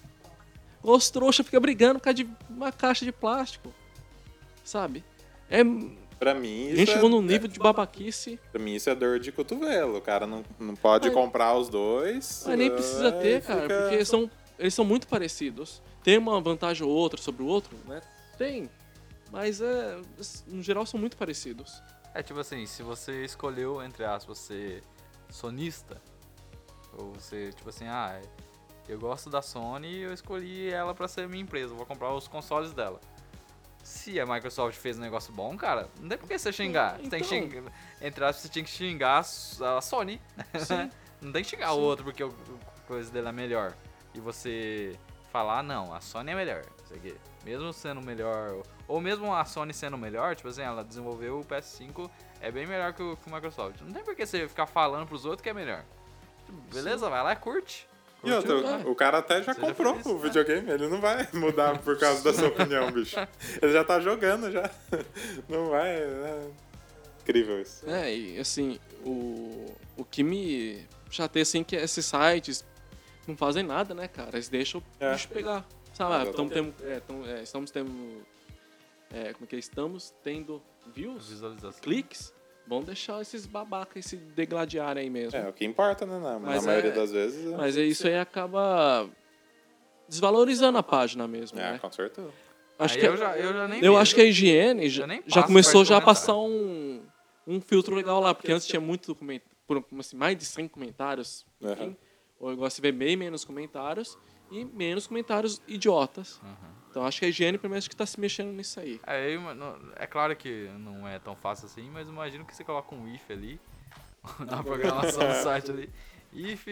Os trouxas ficam brigando por causa de uma caixa de plástico. Sabe? É... Pra mim, A isso gente é, chegou num nível de babaquice, pra mim isso é dor de cotovelo. O cara não, não pode Mas- comprar os dois. mas nem precisa é, ter, e cara, fica- porque são, eles são muito parecidos. Tem uma vantagem ou outra sobre o outro, né? Tem. Mas, é, no geral, são muito parecidos. É tipo assim, se você escolheu, entre aspas, ser sonista, ou você, tipo assim, ah, eu gosto da Sony e eu escolhi ela pra ser minha empresa, eu vou comprar os consoles dela. Se a Microsoft fez um negócio bom, cara, não tem por que você xingar. Você tem que Então. xingar, entre aspas, você tinha que xingar a Sony. Sim. Não tem que xingar o Sim. outro porque o a coisa dele é melhor. E você falar, não, a Sony é melhor. Isso aqui. Mesmo sendo melhor, ou mesmo a Sony sendo melhor, tipo assim, ela desenvolveu o P S cinco, é bem melhor que o, que o Microsoft. Não tem por que você ficar falando pros outros que é melhor. Beleza, vai lá e curte. E Curte outra, É. o cara até já Seja comprou feliz. o videogame, ele não vai mudar por causa da sua opinião, bicho. Ele já tá jogando já. Não vai. É incrível isso. É, e assim, o, o que me chateia assim que esses sites não fazem nada, né, cara? Eles deixam o É. bicho pegar. Sabe, ah, tamo Exatamente. tendo, é, tamo- é, estamos tendo. É, como é que é? Estamos tendo views, Visualização. cliques. Vamos deixar esses babacas se degladiarem aí mesmo. É, o que importa, né? Na, na Mas maioria é- das vezes. é- Mas é isso aí acaba desvalorizando a página mesmo, É, né? com certeza. Acho Aí que, eu já, eu já nem eu vejo. acho que a higiene já, Eu nem já passo começou perto já a do passar um, um filtro legal lá, porque antes tinha muito comentário, por assim, mais de cem comentários, Aham. enfim. Ou eu gosto de ver bem menos comentários e menos comentários idiotas. Então acho que a higiene pelo menos que tá se mexendo nisso aí. É, eu- não- é claro que não é tão fácil assim, mas imagino que você coloca um if ali na programação do site ali. If.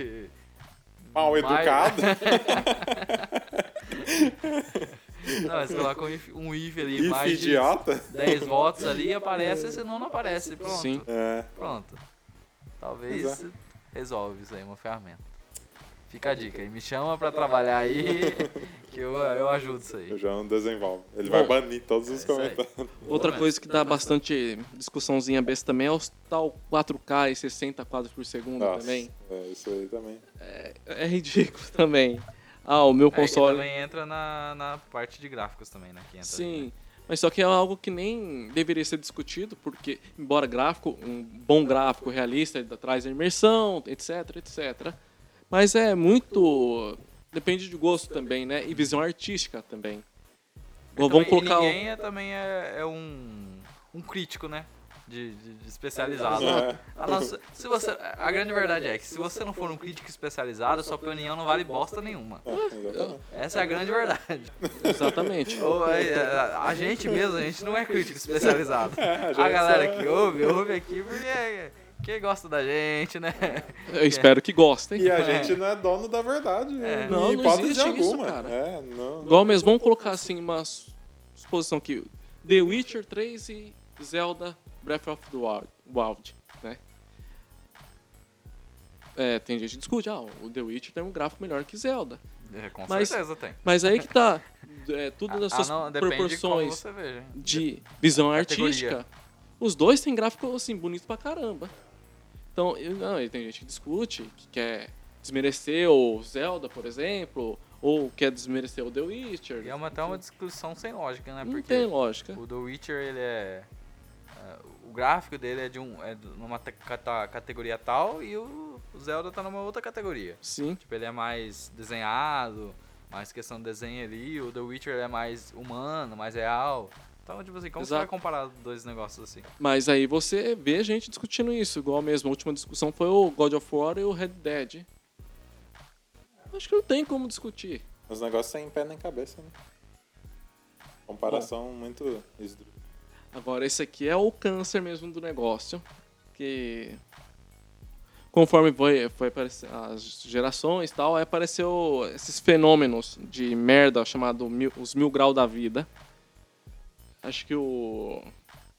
Mal mais- educado. Não, você coloca um if, um if ali, If mais de idiota. dez votos ali, aparece, senão não aparece. Pronto. Sim. É. Pronto. Talvez Exato. resolve isso aí, uma ferramenta. Fica a dica aí, me chama pra trabalhar aí, que eu, eu ajudo isso O aí. João desenvolve. Ele Bom, vai banir todos os é isso aí. comentários. Outra coisa que dá bastante discussãozinha besta também é o tal quatro K e sessenta quadros por segundo Nossa, também. é, isso aí também. É ridículo também. Ah, o meu É, que console... também entra na, na parte de gráficos também, né? Que entra ali, Sim, né? mas só que é algo que nem deveria ser discutido, porque, embora gráfico, um bom gráfico realista, ele traz a imersão, etc, etcétera. Mas é muito... Depende de gosto também, né? E visão artística também. E Vamos também- colocar... E o- ninguém é, também é, é um, um crítico, né? De, de- de especializado. É. A, nossa- se você, a grande verdade é que se você não for um crítico especializado, sua opinião não vale bosta nenhuma. É, exatamente. Essa é a grande verdade. Exatamente. Ou, é, a, a gente mesmo, a gente não é crítico especializado. É, a gente A galera só- que ouve, ouve aqui porque que gosta da gente, né? Eu espero que gostem. E a gente não é dono da verdade. É. em Não, não hipótese existe isso, alguma. cara. É, não. Igual mesmo, vamos colocar assim uma su- suposição aqui. The Witcher três e Zelda Breath of the Wild, Wild, né? É, tem gente que discute, ah, o The Witcher tem um gráfico melhor que Zelda. É, com Mas- certeza tem. Mas aí que tá, é, tudo das Ah, suas não, depende de como proporções você veja. hein? de visão Categoria. artística. Os dois têm gráfico, assim, bonito pra caramba. Então, eu- não, e tem gente que discute, que quer desmerecer o Zelda, por exemplo, ou quer desmerecer o The Witcher. E é uma, até uma discussão sem lógica, né? Não Porque tem lógica. o The Witcher, ele é... é, o gráfico dele é de um, é de numa te- cata- categoria tal e o, o Zelda tá numa outra categoria. Sim. Tipo, ele é mais desenhado, mais questão de desenho ali. O The Witcher é mais humano, mais real. Então, tipo assim, como você Exato. vai comparar dois negócios assim? Mas aí você vê gente discutindo isso, igual mesmo. A última discussão foi o God of War e o Red Dead. Acho que não tem como discutir. Os negócios sem pé nem cabeça, né? Comparação muito esdrúxula. Agora, esse aqui é o câncer mesmo do negócio. Que conforme foi, foi aparecer as gerações e tal, aí apareceu esses fenômenos de merda chamado mil- os mil graus da vida. Acho que o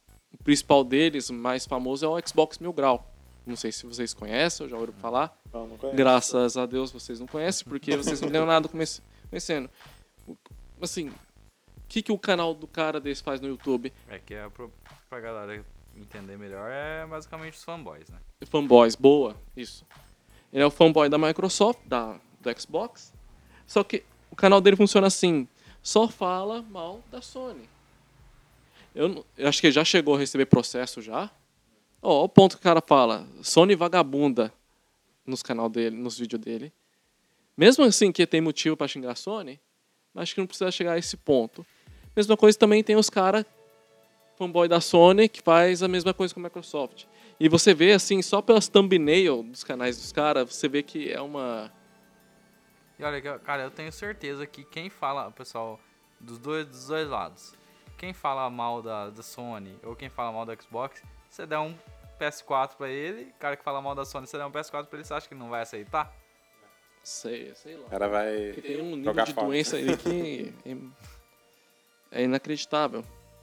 principal deles, mais famoso, é o Xbox Mil Grau. Não sei se vocês conhecem, ou já ouviram falar. Não, não conheço. Graças a Deus vocês não conhecem, porque vocês não ganham nada conhece- conhecendo. O- Assim, o que, que o canal do cara desse faz no YouTube? É que é pro, pra galera entender melhor, é basicamente os fanboys, né? Fanboys, boa, isso. Ele é o fanboy da Microsoft, da, do Xbox. Só que o canal dele funciona assim, só fala mal da Sony. Eu, não- eu acho que ele já chegou a receber processo já. Ó, o ponto que o cara fala, Sony vagabunda nos canal dele, nos vídeos dele. Mesmo assim que tem motivo pra xingar a Sony, mas acho que não precisa chegar a esse ponto. Mesma coisa também tem os caras fanboy da Sony que faz a mesma coisa com a Microsoft. E você vê assim, só pelas thumbnail dos canais dos caras, você vê que é uma E olha, que, cara, eu tenho certeza que quem fala, pessoal, dos dois, dos dois lados, quem fala mal da, da Sony ou quem fala mal da Xbox, você der um P S quatro pra ele, o cara que fala mal da Sony, você der um P S quatro pra ele, você acha que ele não vai aceitar? sei, sei lá. O cara vai Porque tem um nível jogar de fora. doença aí que é, é inacreditável.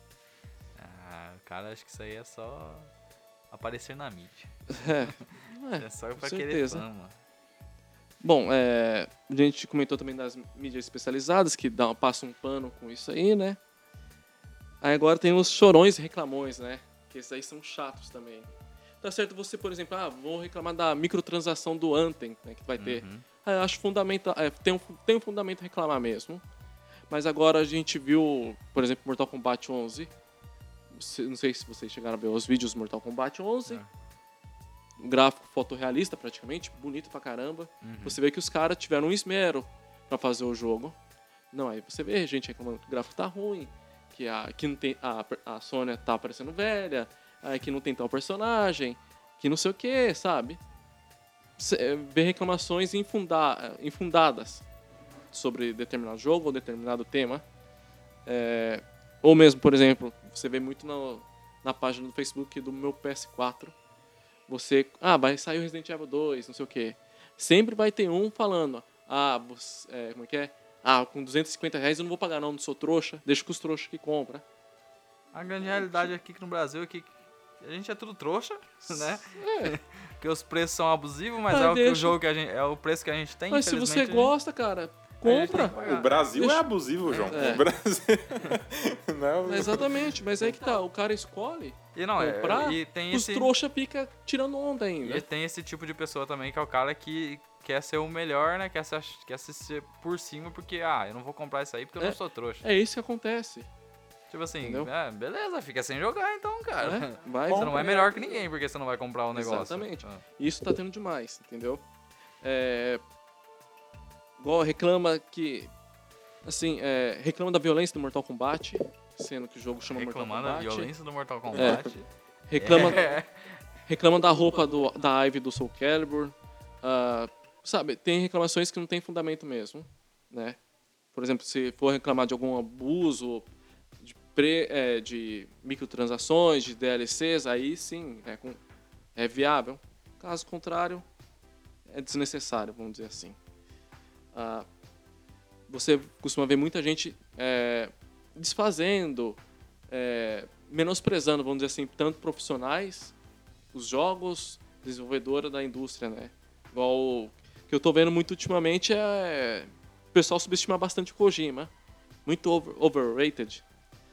Ah, cara, acho que isso aí é só aparecer na mídia. É, É só com pra querer certeza. fama. Bom, é, a gente comentou também das mídias especializadas que dá, passa um pano com isso aí, né? Aí agora tem os chorões e reclamões, né? Que esses aí são chatos também. Tá certo você, por exemplo, ah, vou reclamar da microtransação do Anthem, né, que vai ter. Uhum. Ah, eu acho fundamental, é, tem, um, tem um fundamento reclamar mesmo. Mas agora a gente viu, por exemplo, Mortal Kombat onze. Você- Não sei se vocês chegaram a ver os vídeos do Mortal Kombat onze. Um gráfico fotorrealista praticamente, bonito pra caramba. Uhum. Você vê que os caras tiveram um esmero pra fazer o jogo. Não, aí você vê gente reclamando que o gráfico tá ruim, que a, que não tem, a, a Sônia tá parecendo velha, aí que não tem tal personagem, que não sei o que, sabe? Cê vê reclamações infunda, infundadas sobre determinado jogo ou determinado tema. É, ou mesmo, por exemplo, você vê muito no, na página do Facebook do meu P S quatro. Você, ah, vai sair o Resident Evil dois, não sei o quê. Sempre vai ter um falando, ah, você, é, como é que é? Ah, com duzentos e cinquenta reais eu não vou pagar não, não sou trouxa, deixa com os trouxas que compra. A grande realidade aqui no Brasil é que a gente é tudo trouxa, né? Porque os preços são abusivos, mas Ah, é o, que o deixa. jogo que a gente, é o preço que a gente tem. Mas se você infelizmente, gosta, cara, compra. pagar. O Brasil Deixa- é abusivo, João. É. O Brasil. Não, Exatamente, mas aí que tá, o cara escolhe E não, é, comprar, e tem os esse, trouxa fica tirando onda ainda. e tem esse tipo de pessoa também que é o cara que quer ser o melhor, né? Quer, ser, quer se ser por cima porque, ah, eu não vou comprar isso aí porque eu É. não sou trouxa. É isso que acontece. Tipo assim, Entendeu? é, beleza, fica sem jogar então, cara. Né? Vai, Você não é compra. melhor que ninguém porque você não vai comprar o negócio. Exatamente. Ah. Isso tá tendo demais, entendeu? É... Igual reclama que. Assim, é... reclama da violência do Mortal Kombat, sendo que o jogo chama Reclamando Mortal da Kombat. violência do Mortal Kombat. Reclama, É. reclama da roupa do, da Ivy do Soul Calibur. Ah, sabe, tem reclamações que não tem fundamento mesmo, né? Por exemplo, se for reclamar de algum abuso de, pre, é, de microtransações, de D L Cs, aí sim é, com- é viável. Caso contrário, é desnecessário, vamos dizer assim. Ah, você costuma ver muita gente é, desfazendo, é, menosprezando, vamos dizer assim, tanto profissionais, os jogos, desenvolvedora da indústria, né? Igual o que eu tô vendo muito ultimamente é o pessoal subestimar bastante o Kojima. Muito over- overrated.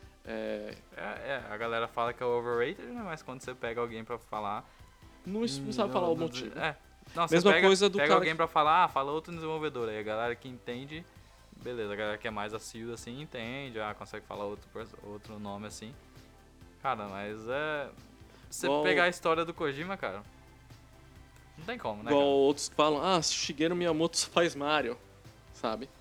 É, É, é, a galera fala que é overrated, né? Mas quando você pega alguém pra falar... não, não sabe falar o motivo. É. Não, Mesma você pega, coisa do pega cara alguém que- pra falar, ah, fala outro desenvolvedor. Aí a galera que entende, beleza. A galera que é mais assídua assim, entende. Ah, consegue falar outro, perso- outro nome assim. Cara, mas é... Você Igual- pegar a história do Kojima, cara... Não tem como, né, Igual cara? outros que falam, ah, Shigeru Miyamoto só faz Mario, sabe?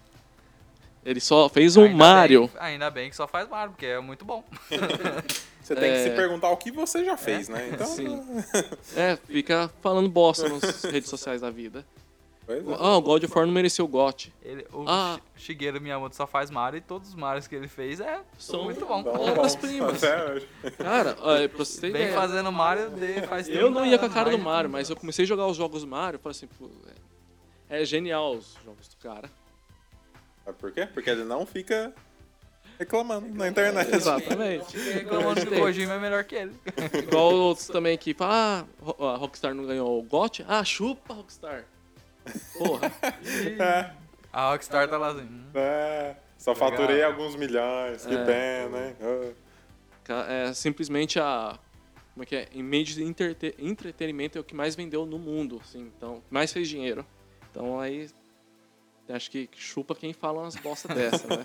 Ele só fez um Ainda Mario. bem- ainda bem que só faz Mario, porque é muito bom. Você tem que É. se perguntar o que você já fez, né? Então, Sim. É, fica falando bosta nas redes sociais da vida. pois é. Ah, o God of War não mereceu o G O T. Ele, o Ah. Shi- Shigeru Miyamoto só faz Mario e todos os Marios que ele fez é São muito bom. Bom, obras-primas. até hoje. Cara, ó, pra você ter Vem ideia, fazendo Mario de faz eu trinta não ia com a anos, cara do mais de Mario, trinta mas eu anos. comecei a jogar os jogos do Mario e falei assim, pô, é, é genial os jogos do cara. Sabe por quê? Porque ele não fica reclamando na internet. Exatamente. Reclamando que o Kojima é melhor que ele. Igual outros também que falam, ah, Ro- a Rockstar não ganhou o G O T? Ah, chupa Rockstar. Porra. É, A Rockstar tá lá assim. hum, é, só Legal. faturei alguns milhões, que É. pena, hein? Ah. Ca- É simplesmente a... Como é que é? Em meio de enterte- entretenimento é o que mais vendeu no mundo, assim. Então, mais fez dinheiro. Então aí... Acho que chupa quem fala umas bosta dessa, né?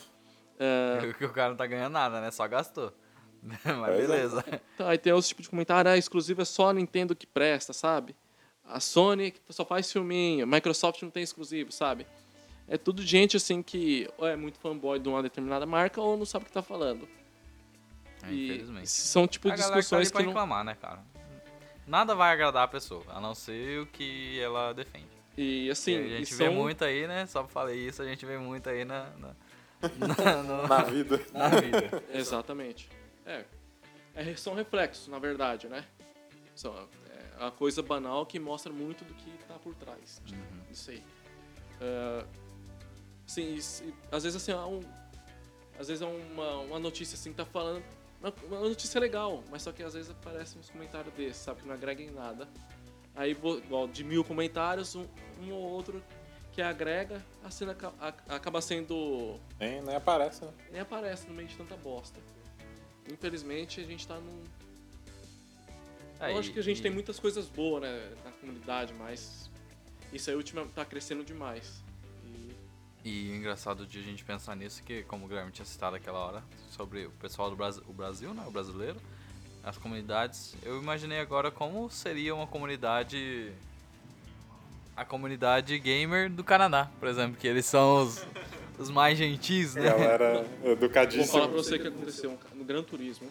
É, Que o cara não tá ganhando nada, né? Só gastou. Mas Pois é. beleza. então, aí tem outros tipos de comentário, ah, exclusivo é só a Nintendo que presta, sabe? A Sony que só faz filminho, Microsoft não tem exclusivo, sabe? É tudo gente, assim, que ou é muito fanboy de uma determinada marca ou não sabe o que tá falando. É, E infelizmente. são, tipo, A galera tá ali discussões pra que não... reclamar, né, cara? Nada vai agradar a pessoa, a não ser o que ela defende. E, assim, E a e gente vê são... muito aí, né? Só pra falar isso, a gente vê muito aí na, na, na, no- Na vida. na vida. Exatamente. É, é, são reflexos, na verdade, né? São, é a coisa banal que mostra muito do que tá por trás disso aí. É, assim, e- e, às vezes assim, há um, às vezes é uma, uma notícia assim que tá falando, uma, uma notícia legal, mas só que às vezes aparecem uns comentários desses, sabe, que não agregam em nada. Aí, vo- igual, de mil comentários, um, um ou outro que agrega, a cena aca- a- acaba sendo... Nem, nem aparece, né? nem aparece no meio de tanta bosta. Infelizmente, a gente tá num... É, Eu acho e- que a gente e- tem muitas coisas boas, né, na comunidade, mas isso aí ultima, tá crescendo demais. E E engraçado de a gente pensar nisso, que como o Guilherme tinha citado aquela hora, sobre o pessoal do Brasil, o Brasil, né, o brasileiro, as comunidades, eu imaginei agora como seria uma comunidade, a comunidade gamer do Canadá, por exemplo, que eles são os, os mais gentis, né? Galera vou falar pra educadíssima. você o que aconteceu no Gran Turismo.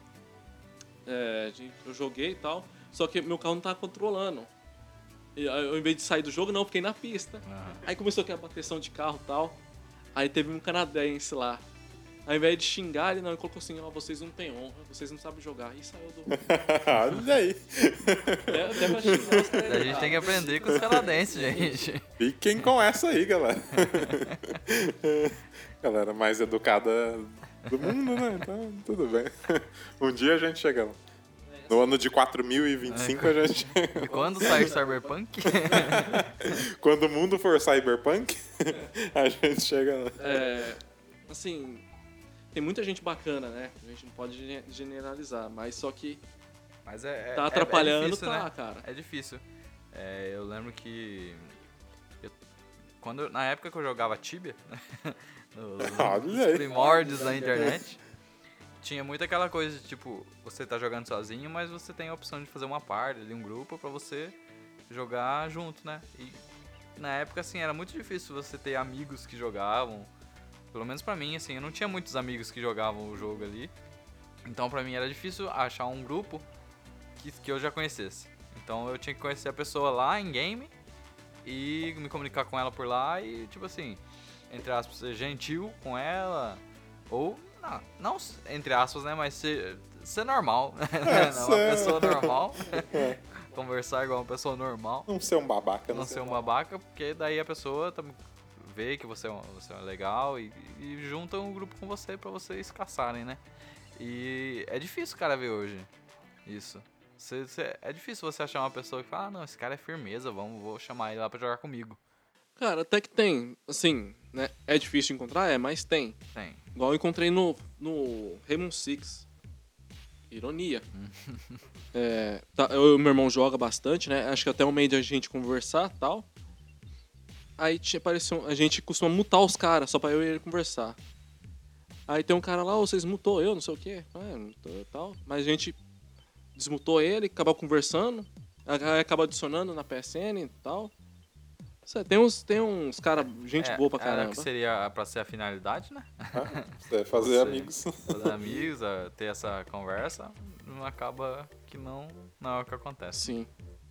É, gente, eu joguei e tal, só que meu carro não tava controlando. E aí, eu, em vez de sair do jogo, não, eu fiquei na pista. Aham. Aí começou aquela bateção de carro e tal. Aí teve um canadense lá. Ao invés de xingar, ele não, ele colocou assim, ó, vocês não têm honra, vocês não sabem jogar. E saiu do... Olha aí. Até, até pra xingar os caras. A gente tem que aprender com os canadenses, gente. Fiquem com essa aí, galera. Galera mais educada do mundo, né? Então, tudo bem. Um dia a gente chega lá. No ano de quatro mil e vinte e cinco a gente... E quando sair Cyberpunk? Quando o mundo for cyberpunk, a gente chega lá. É, assim, tem muita gente bacana, né? A gente não pode gene- generalizar, mas só que Mas é, é- tá é- atrapalhando, é difícil, tá, né? cara. É difícil. É, eu lembro que eu- quando eu- na época que eu jogava Tibia, né, nos, Olha nos aí. primórdios da internet, tinha muito aquela coisa de tipo, você tá jogando sozinho, mas você tem a opção de fazer uma party ali, um grupo pra você jogar junto, né? E na época assim, era muito difícil você ter amigos que jogavam. Pelo menos pra mim, assim, eu não tinha muitos amigos que jogavam o jogo ali. Então pra mim era difícil achar um grupo que, que eu já conhecesse. Então eu tinha que conhecer a pessoa lá em game e me comunicar com ela por lá e, tipo assim, entre aspas, ser gentil com ela. Ou, não, não entre aspas, né, mas ser, ser normal. né, uma ser- pessoa normal. Conversar igual uma pessoa normal. Não ser um babaca, Não ser um babaca, porque daí a pessoa tam- vê que você é, um- você é legal e, e junta um grupo com você pra vocês caçarem, né? E é difícil o cara ver hoje isso. Você- você- é difícil você achar uma pessoa que fala, ah, não, esse cara é firmeza, vamos, vou chamar ele lá pra jogar comigo. Cara, até que tem, assim, né? É difícil de encontrar, é, mas tem. Tem. Igual eu encontrei no, no Rainbow Six. Ironia. É, tá, eu, meu irmão joga bastante, né? Acho que até o meio de a gente conversar e tal. Aí tinha, apareceu, a gente costuma mutar os caras, só pra eu e ele conversar. Aí tem um cara lá, "Ô, vocês mutou eu, não sei o quê. É, mutou e tal. Mas a gente desmutou ele, acabou conversando. Aí acaba adicionando na P S N e tal. Cê, Tem uns, tem uns caras, gente É, boa pra era caramba. que seria pra ser a finalidade, né? Você fazer Você- amigos. Fazer amigos, a- ter essa conversa, não acaba que não, não é o que acontece. Sim.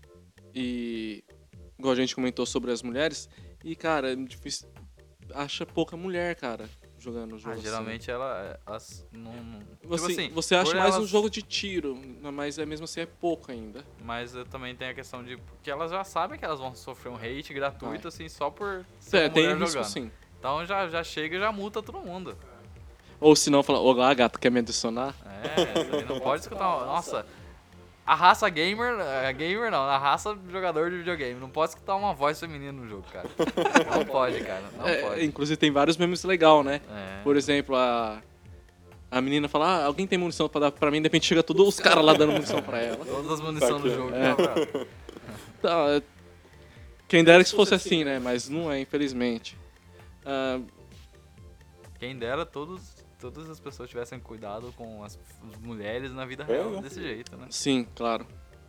E igual a gente comentou sobre as mulheres, e cara, é difícil. Acha pouca mulher, cara, jogando o jogo. Ah, assim. geralmente ela, elas não... não- Você, tipo assim, você acha por mais um elas- jogo de tiro, mas é mesmo assim é pouco ainda. Mas eu também tenho a questão de que elas já sabem que elas vão sofrer um hate gratuito, Vai. assim, só por ser É, uma tem mulher risco jogando. sim. Então já, já chega e já multa todo mundo. Ou se não, fala, olá, gato, quer me adicionar? É, isso aí não pode escutar. Nossa, a raça gamer, a gamer não, a raça jogador de videogame. Não pode escutar uma voz feminina no jogo, cara. Não pode, cara. Não É, pode. inclusive tem vários memes legais, né? É. Por exemplo, a, a menina fala, ah, alguém tem munição pra dar pra mim, de repente chega todos os caras lá dando munição pra ela. Todas as munições do jogo. É. Não, não. Tá, é, quem dera que fosse assim, né? Mas não é, infelizmente. Ah, Quem dera todos, todas as pessoas tivessem cuidado com as, as mulheres na vida real É. desse jeito, né? sim, claro.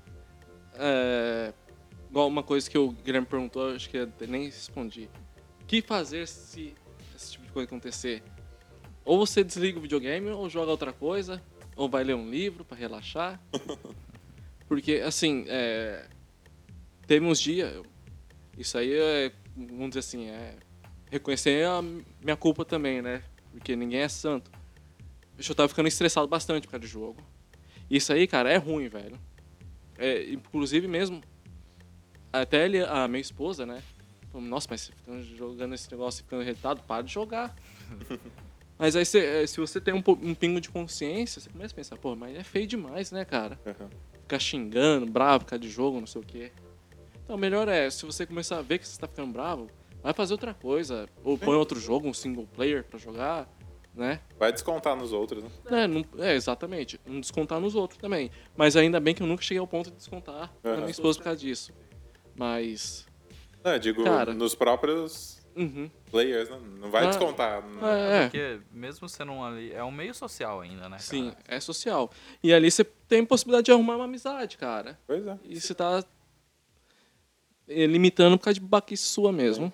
É, igual uma coisa que o Guilherme perguntou, eu acho que eu nem respondi. O que fazer se esse tipo de coisa acontecer? Ou você desliga o videogame, ou joga outra coisa, ou vai ler um livro pra relaxar. Porque, assim, é, teve uns dias, isso aí é, vamos dizer assim, é reconhecer a minha culpa também, né? Porque ninguém é santo. Eu tava ficando estressado bastante por causa do jogo. Isso aí, cara, é ruim, velho. É, inclusive mesmo, até ele, a minha esposa, né? Falou, nossa, mas você fica jogando esse negócio, ficando irritado, para de jogar. Mas aí, se, se você tem um, um pingo de consciência, você começa a pensar, pô, mas é feio demais, né, cara? Uhum. Ficar xingando, bravo, ficar de jogo, não sei o quê. Então, o melhor é, se você começar a ver que você tá ficando bravo, vai fazer outra coisa. Ou põe outro jogo, um single player pra jogar, né? Vai descontar nos outros, né? É, não, é, exatamente. Não descontar nos outros também. Mas ainda bem que eu nunca cheguei ao ponto de descontar na Uhum. minha esposa por causa disso. Mas... Não, eu digo Cara. nos próprios Uhum. players, né? Não vai Ah, descontar. Não. É, é. Porque mesmo sendo um ali, é um meio social ainda, né, cara? Sim, é social. E ali você tem possibilidade de arrumar uma amizade, cara. Pois é. E você tá eh, limitando por causa de baquice sua mesmo.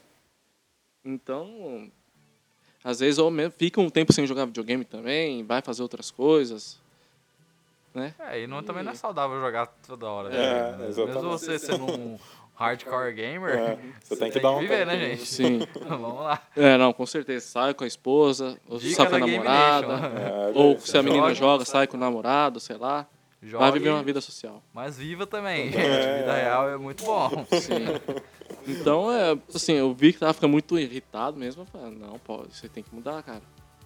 Então, às vezes, ou mesmo fica um tempo sem jogar videogame também, vai fazer outras coisas, né? É, e não, também não é saudável jogar toda hora. É, né? Mesmo exatamente. você sendo um hardcore gamer, É, você tem que dar um viver, né, tempinho. gente? Sim. Vamos lá. É, não, com certeza. Sai com a esposa, ou Dica sai com a da Game namorada. Nation. É, Ou gente, se a menina joga. joga, sai com o namorado, sei lá. Jogue, Vai viver uma vida social. mas viva também, gente. Vida real é muito bom. Sim. Então, é, assim, eu vi que tava ficando muito irritado mesmo. Eu falei, não, pô, você tem que mudar, cara.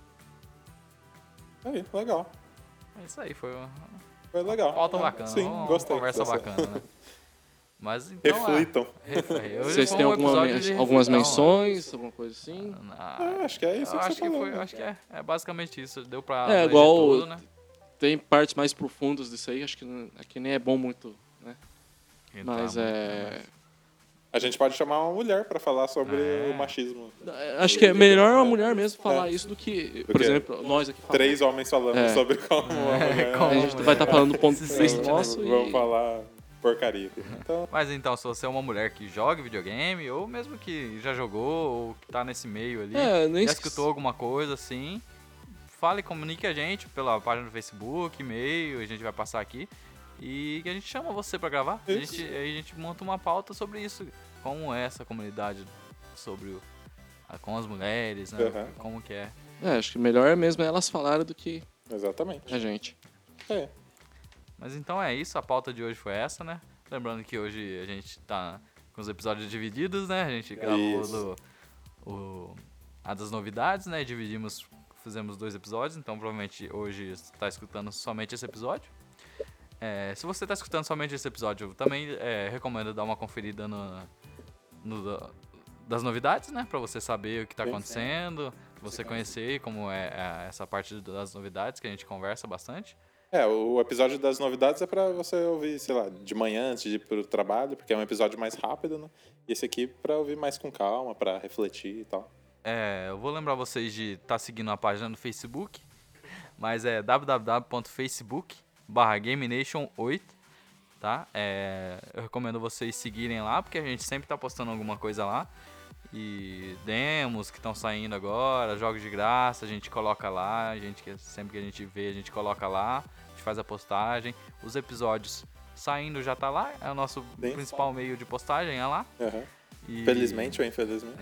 Aí, legal. É isso aí, foi uma Foi legal. pauta É, bacana. Sim, uma gostei. conversa dessa. bacana, né? Mas então... Reflitam. É, refle- hoje Vocês foi têm um alguma episódio men- de algumas reflexão, menções, alguma coisa assim? né? Ah, Ah, acho que é isso eu que acho você que falou. foi, né? acho que é, é basicamente isso. Deu pra É, abranger igual tudo, né? Tem partes mais profundas disso aí, acho que n- aqui nem é bom muito, né? Entrar Mas muito, é... né? A gente pode chamar uma mulher pra falar sobre É. o machismo. Acho que é melhor uma mulher mesmo falar isso do que, por quê? exemplo, nós aqui falamos. Três homens falando É. sobre como uma mulher... como- A gente vai estar falando do ponto de Se vista sente, nosso Vamos e... falar porcaria aqui. Então, Mas então, se você é uma mulher que joga videogame, ou mesmo que já jogou, ou que tá nesse meio ali, É, nem já se- escutou alguma coisa assim, fale, comunique a gente pela página do Facebook, e-mail, a gente vai passar aqui. E que a gente chama você pra gravar. A Isso. gente, aí a gente monta uma pauta sobre isso. Como é essa comunidade sobre o, a- com as mulheres, né? Uhum. Como que é. É, acho que melhor é mesmo elas falarem do que exatamente. a gente. É. Mas então é isso, a pauta de hoje foi essa, né? Lembrando que hoje a gente tá com os episódios divididos, né? A gente gravou Isso. do, o, a das novidades, né? Dividimos, fizemos dois episódios, então provavelmente hoje está escutando somente esse episódio. É, se você está escutando somente esse episódio, eu também é, recomendo dar uma conferida no, no da- das novidades, né? Pra você saber o que tá Sim. acontecendo, você conhecer como é, é essa parte das novidades que a gente conversa bastante. É, o episódio das novidades é pra você ouvir, sei lá, de manhã antes de ir pro trabalho, porque é um episódio mais rápido, né? E esse aqui pra ouvir mais com calma, pra refletir e tal. É, eu vou lembrar vocês de estar seguindo a página no Facebook, mas é w w w ponto facebook barra game nation oito, tá? É, eu recomendo vocês seguirem lá, porque a gente sempre tá postando alguma coisa lá. E demos que estão saindo agora, jogos de graça, a gente coloca lá, a gente, sempre que a gente vê, a gente coloca lá, a gente faz a postagem. Os episódios saindo já tá lá, é o nosso Bem principal meio de postagem, é lá. Uhum. E Felizmente ou infelizmente.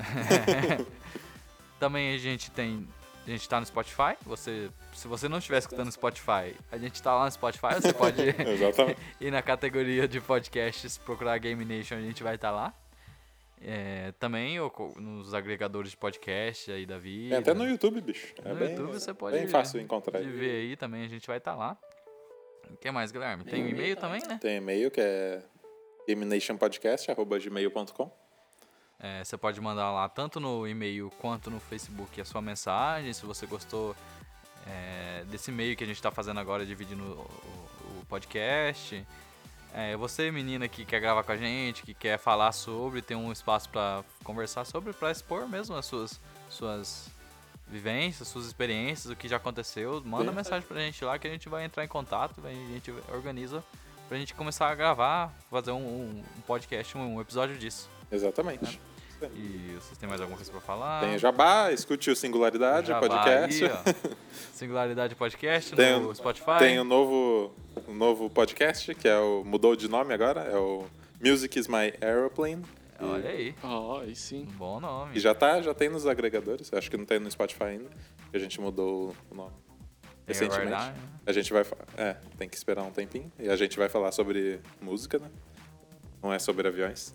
também a gente tem, a gente tá no Spotify. Você, se você não estiver escutando no Spotify, a gente tá lá no Spotify, você pode Exatamente. ir na categoria de podcasts, procurar Game Nation, a gente vai estar lá. É, também o- nos agregadores de podcast aí da vida. Tem até no YouTube, bicho. É No bem, YouTube você pode bem fácil encontrar. de ver aí também, a gente vai estar lá. O que mais, Guilherme? Tem um e-mail também, né? Tem e-mail que é gamenationpodcast arroba gmail ponto com. É, você pode mandar lá tanto no e-mail quanto no Facebook a sua mensagem. Se você gostou é, desse e-mail que a gente está fazendo agora, dividindo o, o- o podcast. É, você, menina, que quer gravar com a gente, que quer falar sobre, tem um espaço para conversar sobre, para expor mesmo as suas, suas vivências, suas experiências, o que já aconteceu. Manda Sim. mensagem pra gente lá que a gente vai entrar em contato, a gente organiza pra gente começar a gravar, fazer um, um podcast, um, um episódio disso. Exatamente. E vocês têm mais alguma coisa pra falar? Tem o Jabá, escute o Singularidade, Jabá podcast. aí, ó. Singularidade Podcast Tem no o- Spotify. Tem o novo, o novo podcast, que é o. Mudou de nome agora, é o Music is My Aeroplane. Olha aí, Ó, aí sim. um bom nome. E já tá, já tem nos agregadores, acho que não tem no Spotify ainda, que a gente mudou o nome Tem que recentemente. aguardar, né? A gente vai. fa- É, tem que esperar um tempinho. E a gente vai falar sobre música, né? Não é sobre aviões.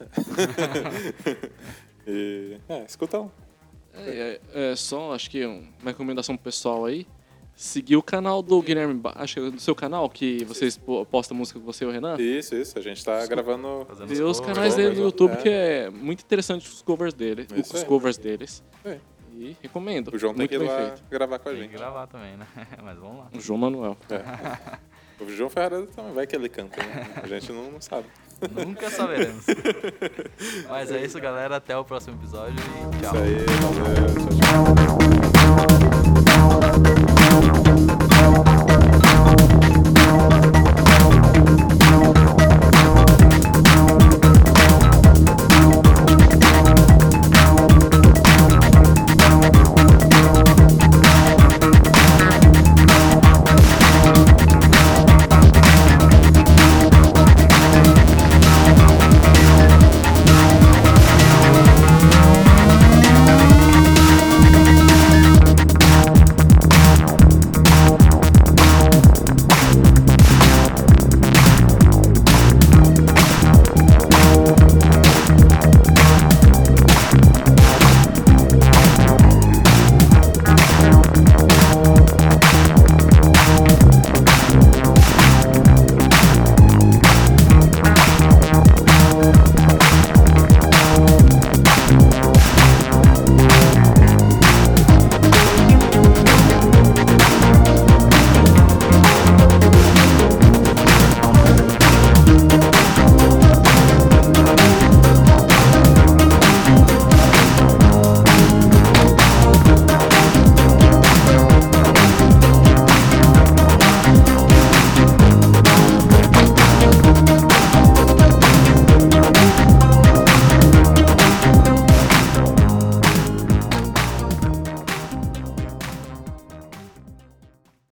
E. É, escuta um. É, é, é só, acho que um- uma recomendação pro pessoal aí. Seguir o canal do Guilherme, Ba- acho que é do seu canal, que vocês po- postam música com você e o Renan. Isso, isso. A gente tá gravando. Fazendo Vê os covers. canais dele no YouTube, É. que é muito interessante os covers dele, Isso os aí. covers deles. É. E recomendo. O João tem muito que ir bem lá feito. gravar com a Tem gente. que gravar também, né? Mas vamos lá. O João Manuel. O João Ferreira também vai que ele canta, né? A gente não, não sabe. Nunca saberemos. Mas é isso, galera. Até o próximo episódio e tchau. Isso aí, valeu, tchau, tchau.